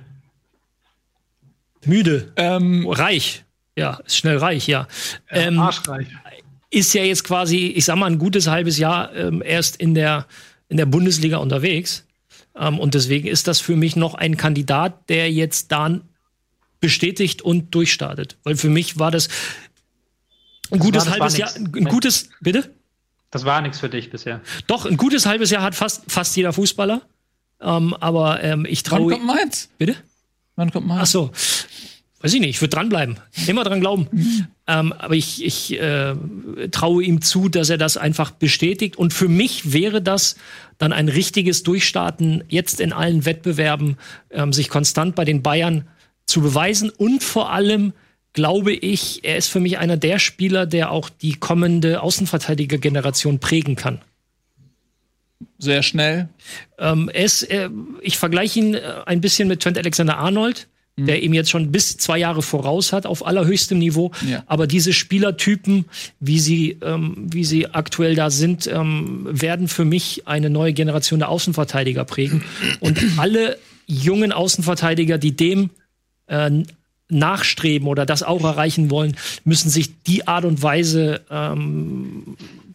Müde. Ähm, reich. Ja, ist schnell reich, ja. ja ähm, arschreich. Ist ja jetzt quasi, ich sag mal, ein gutes halbes Jahr ähm, erst in der, in der Bundesliga unterwegs. Ähm, und deswegen ist das für mich noch ein Kandidat, der jetzt da bestätigt und durchstartet. Weil für mich war das ein das gutes war, halbes Jahr. Ein gutes, bitte? Das war nichts für dich bisher. Doch, ein gutes halbes Jahr hat fast, fast jeder Fußballer. Ähm, aber ähm, ich traue. Wann kommt Mainz? Bitte? Wann kommt Mainz? Ach so. Weiß ich nicht, ich würde dranbleiben. Immer dran glauben. Mhm. Ähm, aber ich, ich äh, traue ihm zu, dass er das einfach bestätigt. Und für mich wäre das dann ein richtiges Durchstarten, jetzt in allen Wettbewerben, ähm, sich konstant bei den Bayern zu beweisen. Und vor allem glaube ich, er ist für mich einer der Spieler, der auch die kommende Außenverteidiger-Generation prägen kann. Sehr schnell. Ähm, er ist, äh, ich vergleiche ihn ein bisschen mit Trent Alexander-Arnold, mhm. der ihm jetzt schon bis zwei Jahre voraus hat auf allerhöchstem Niveau. Ja. Aber diese Spielertypen, wie sie, ähm, wie sie aktuell da sind, ähm, werden für mich eine neue Generation der Außenverteidiger prägen. Und alle jungen Außenverteidiger, die dem äh, nachstreben oder das auch erreichen wollen, müssen sich die Art und Weise ähm,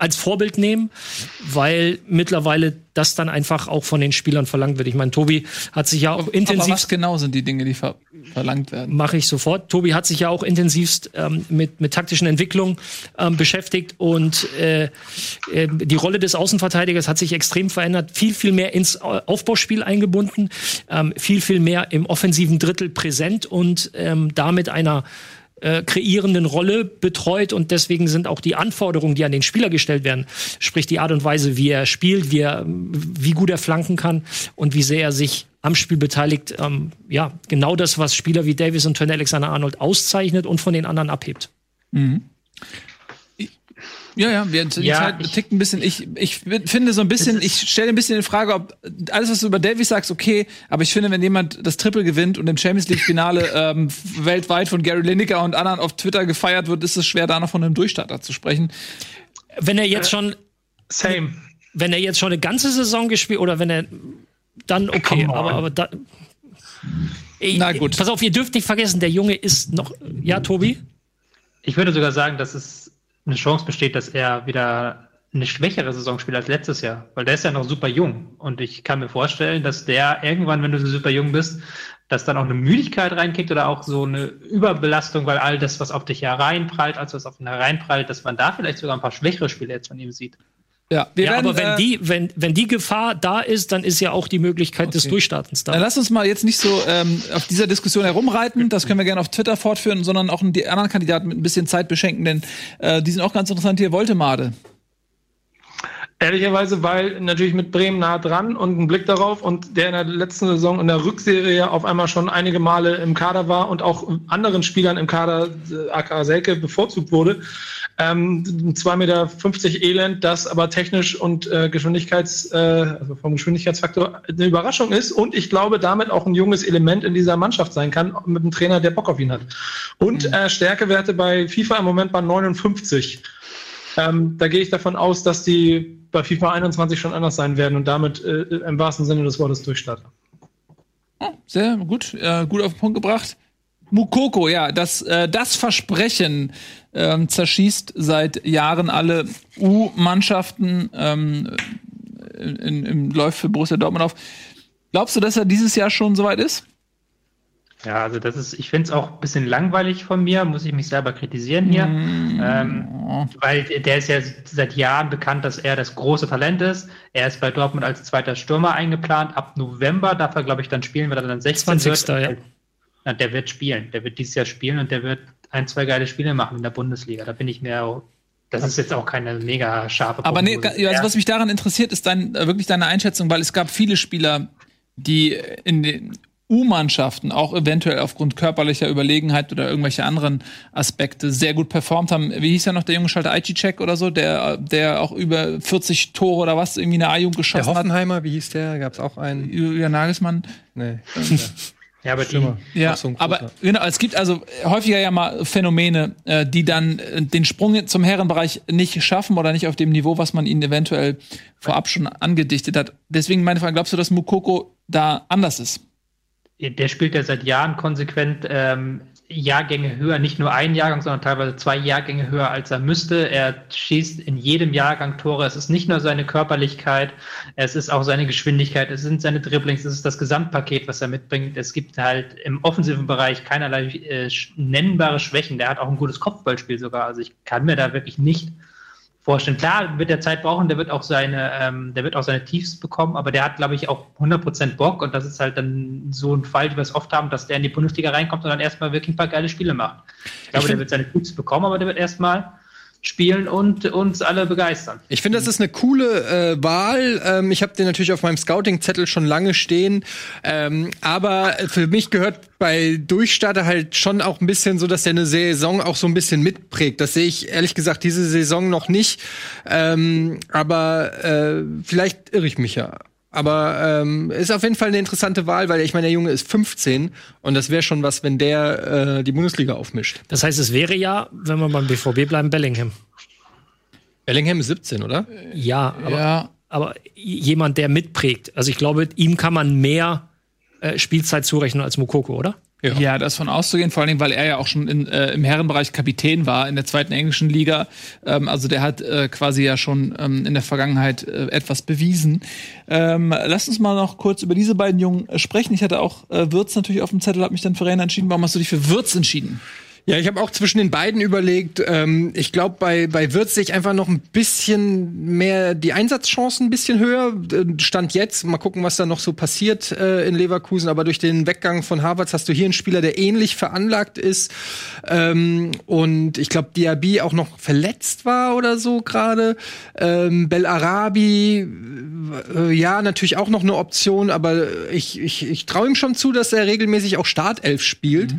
als Vorbild nehmen, weil mittlerweile das dann einfach auch von den Spielern verlangt wird. Ich meine, Tobi hat sich ja auch intensiv... Aber was genau sind die Dinge, die ver verlangt werden? Mache ich sofort. Tobi hat sich ja auch intensivst ähm, mit, mit taktischen Entwicklungen ähm, beschäftigt und äh, äh, die Rolle des Außenverteidigers hat sich extrem verändert, viel, viel mehr ins Aufbauspiel eingebunden, ähm, viel, viel mehr im offensiven Drittel präsent und ähm, damit einer Äh, kreierenden Rolle betreut und deswegen sind auch die Anforderungen, die an den Spieler gestellt werden, sprich die Art und Weise, wie er spielt, wie er, wie gut er flanken kann und wie sehr er sich am Spiel beteiligt, ähm, ja, genau das, was Spieler wie Davies und Trent Alexander-Arnold auszeichnet und von den anderen abhebt. Mhm. Ja, ja, wir, die Ja, Zeit tickt ein bisschen. Ich, ich finde so ein bisschen, ich stelle ein bisschen in Frage, ob alles, was du über Davies sagst, okay, aber ich finde, wenn jemand das Triple gewinnt und im Champions League-Finale ähm, weltweit von Gary Lineker und anderen auf Twitter gefeiert wird, ist es schwer, da noch von einem Durchstarter zu sprechen. Wenn er jetzt schon Same. wenn er jetzt schon eine ganze Saison gespielt oder wenn er dann okay, aber aber da, Na gut. Pass auf, ihr dürft nicht vergessen, der Junge ist noch, ja, Tobi? Ich würde sogar sagen, dass es eine Chance besteht, dass er wieder eine schwächere Saison spielt als letztes Jahr, weil der ist ja noch super jung und ich kann mir vorstellen, dass der irgendwann, wenn du so super jung bist, dass dann auch eine Müdigkeit reinkickt oder auch so eine Überbelastung, weil all das, was auf dich hereinprallt, als was auf ihn hereinprallt, dass man da vielleicht sogar ein paar schwächere Spiele jetzt von ihm sieht. Ja, wir Ja, werden, aber wenn äh, die, wenn, wenn die Gefahr da ist, dann ist ja auch die Möglichkeit des Okay. Durchstartens Dann da. lass uns mal jetzt nicht so ähm, auf dieser Diskussion herumreiten, das können wir gerne auf Twitter fortführen, sondern auch die anderen Kandidaten mit ein bisschen Zeit beschenken, denn äh, die sind auch ganz interessant hier. Woltemade. Ehrlicherweise, weil natürlich mit Bremen nah dran und ein Blick darauf und der in der letzten Saison in der Rückserie auf einmal schon einige Male im Kader war und auch anderen Spielern im Kader, äh, aka Selke, bevorzugt wurde. Ähm, zwei Meter fünfzig Elend, das aber technisch und äh, Geschwindigkeits, äh, also vom Geschwindigkeitsfaktor eine Überraschung ist und ich glaube damit auch ein junges Element in dieser Mannschaft sein kann, mit einem Trainer, der Bock auf ihn hat. Und äh, Stärkewerte bei FIFA im Moment bei neunundfünfzig. Ähm, da gehe ich davon aus, dass die bei FIFA einundzwanzig schon anders sein werden und damit äh, im wahrsten Sinne des Wortes Durchstarter. Sehr gut, äh, gut auf den Punkt gebracht. Moukoko, ja, das, äh, das Versprechen ähm, zerschießt seit Jahren alle U-Mannschaften, ähm, in, in, läuft für Borussia Dortmund auf. Glaubst du, dass er dieses Jahr schon soweit ist? Ja, also das ist, ich finde es auch ein bisschen langweilig von mir, muss ich mich selber kritisieren hier, mm. ähm, weil der ist ja seit Jahren bekannt, dass er das große Talent ist. Er ist bei Dortmund als zweiter Stürmer eingeplant. Ab November darf er, glaube ich, dann spielen, weil er dann sechzehn zwanzigster wird. Ja. Na, der wird spielen, der wird dieses Jahr spielen und der wird ein, zwei geile Spiele machen in der Bundesliga. Da bin ich mir auch, das ist jetzt auch keine mega scharfe Aber nee, Prognose. also was mich daran interessiert, ist dein, äh, wirklich deine Einschätzung, weil es gab viele Spieler, die in den U-Mannschaften auch eventuell aufgrund körperlicher Überlegenheit oder irgendwelche anderen Aspekte sehr gut performt haben. Wie hieß ja noch der junge Schalter Aichicek oder so, der, der auch über vierzig Tore oder was irgendwie in der A-Jugend geschossen Der hat. Hoffenheimer, wie hieß der? Gab's auch einen? Julian Nagelsmann. Nee. Ja, aber die, Ja, so ein aber großer. genau, es gibt also häufiger ja mal Phänomene, äh, die dann äh, den Sprung zum Herrenbereich nicht schaffen oder nicht auf dem Niveau, was man ihnen eventuell vorab schon angedichtet hat. Deswegen meine Frage, glaubst du, dass Moukoko da anders ist? Der spielt ja seit Jahren konsequent ähm, Jahrgänge höher, nicht nur ein Jahrgang, sondern teilweise zwei Jahrgänge höher, als er müsste. Er schießt in jedem Jahrgang Tore. Es ist nicht nur seine Körperlichkeit, es ist auch seine Geschwindigkeit, es sind seine Dribblings, es ist das Gesamtpaket, was er mitbringt. Es gibt halt im offensiven Bereich keinerlei äh, nennbare Schwächen. Der hat auch ein gutes Kopfballspiel sogar. Also ich kann mir da wirklich nicht vorstellen. Klar, wird der Zeit brauchen, der wird auch seine, ähm, der wird auch seine Tiefs bekommen, aber der hat, glaube ich, auch hundert Prozent Bock und das ist halt dann so ein Fall, wie wir es oft haben, dass der in die Bundesliga reinkommt und dann erstmal wirklich ein paar geile Spiele macht. Ich glaube, Ich der wird seine Tiefs bekommen, aber der wird erstmal spielen und uns alle begeistern. Ich finde, das ist eine coole äh, Wahl. Ähm, ich habe den natürlich auf meinem Scouting-Zettel schon lange stehen. Ähm, aber für mich gehört bei Durchstarter halt schon auch ein bisschen so, dass der eine Saison auch so ein bisschen mitprägt. Das sehe ich ehrlich gesagt diese Saison noch nicht. Ähm, aber äh, vielleicht irre ich mich ja. Aber ähm, ist auf jeden Fall eine interessante Wahl, weil ich meine, der Junge ist fünfzehn und das wäre schon was, wenn der äh, die Bundesliga aufmischt. Das heißt, es wäre ja, wenn wir beim B V B bleiben, Bellingham. Bellingham ist siebzehn, oder? Ja, aber, Ja. aber jemand, der mitprägt. Also ich glaube, ihm kann man mehr äh, Spielzeit zurechnen als Moukoko, oder? Ja. ja, das von auszugehen, vor allen Dingen, weil er ja auch schon in, äh, im Herrenbereich Kapitän war in der zweiten englischen Liga. Ähm, also der hat äh, quasi ja schon ähm, in der Vergangenheit äh, etwas bewiesen. Ähm, lass uns mal noch kurz über diese beiden Jungen äh, sprechen. Ich hatte auch äh, Wirtz natürlich auf dem Zettel, habe mich dann für Reina entschieden. Warum hast du dich für Wirtz entschieden? Ja, ich habe auch zwischen den beiden überlegt. Ähm, ich glaube, bei bei Wirtz sehe ich einfach noch ein bisschen mehr die Einsatzchancen ein bisschen höher. Stand jetzt, mal gucken, was da noch so passiert äh, in Leverkusen. Aber durch den Weggang von Havertz hast du hier einen Spieler, der ähnlich veranlagt ist. Ähm, und ich glaube, Diaby auch noch verletzt war oder so gerade. Ähm, Bellarabi, äh, ja, natürlich auch noch eine Option. Aber ich ich ich traue ihm schon zu, dass er regelmäßig auch Startelf spielt. Mhm.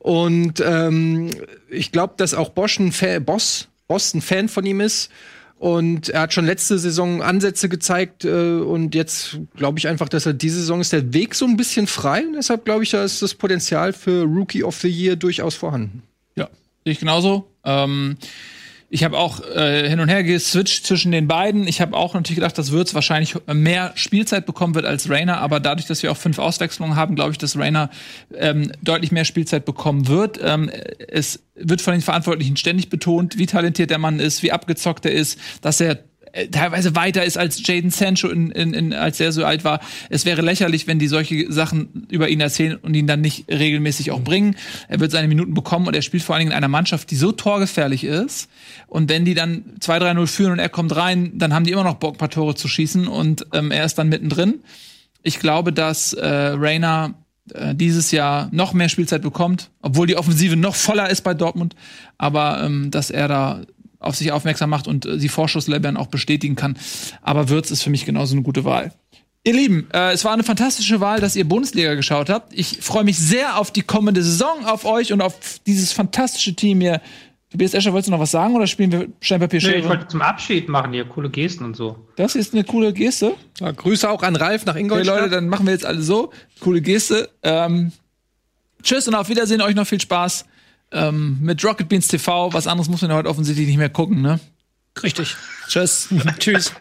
Und ähm, ich glaube, dass auch Bosch ein, Fa- Boss, Boss ein Fan von ihm ist. Und er hat schon letzte Saison Ansätze gezeigt. Äh, und jetzt glaube ich einfach, dass er diese Saison ist der Weg so ein bisschen frei. Und deshalb glaube ich, da ist das Potenzial für Rookie of the Year durchaus vorhanden. Ja, sehe ich genauso. Ähm Ich habe auch äh, hin und her geswitcht zwischen den beiden. Ich habe auch natürlich gedacht, dass Wirtz wahrscheinlich mehr Spielzeit bekommen wird als Reina. Aber dadurch, dass wir auch fünf Auswechslungen haben, glaube ich, dass Reina ähm, deutlich mehr Spielzeit bekommen wird. Ähm, es wird von den Verantwortlichen ständig betont, wie talentiert der Mann ist, wie abgezockt er ist, dass er teilweise weiter ist als Jadon Sancho, in, in, in, als er so alt war. Es wäre lächerlich, wenn die solche Sachen über ihn erzählen und ihn dann nicht regelmäßig auch bringen. Er wird seine Minuten bekommen und er spielt vor allen Dingen in einer Mannschaft, die so torgefährlich ist. Und wenn die dann zwei drei null führen und er kommt rein, dann haben die immer noch Bock, ein paar Tore zu schießen und ähm, er ist dann mittendrin. Ich glaube, dass äh, Reina äh, dieses Jahr noch mehr Spielzeit bekommt, obwohl die Offensive noch voller ist bei Dortmund. Aber ähm, dass er da auf sich aufmerksam macht und äh, die Vorschusslorbeeren auch bestätigen kann. Aber Wirtz ist für mich genauso eine gute Wahl. Ihr Lieben, äh, es war eine fantastische Wahl, dass ihr Bundesliga geschaut habt. Ich freue mich sehr auf die kommende Saison, auf euch und auf dieses fantastische Team hier. Tobias Escher, wolltest du noch was sagen oder spielen wir Steinpapier Schere? Nee, ich wollte zum Abschied machen hier, coole Gesten und so. Das ist eine coole Geste. Ja, Grüße auch an Ralf nach Ingolstadt. Okay, Leute, dann machen wir jetzt alle so. Coole Geste. Ähm, tschüss und auf Wiedersehen, euch noch viel Spaß. Ähm, mit Rocket Beans T V, was anderes muss man ja heute offensichtlich nicht mehr gucken, ne? Richtig. Tschüss. Tschüss.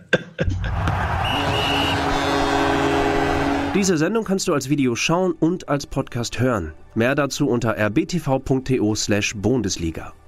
Diese Sendung kannst du als Video schauen und als Podcast hören. Mehr dazu unter r b t v punkt t o slash Bundesliga.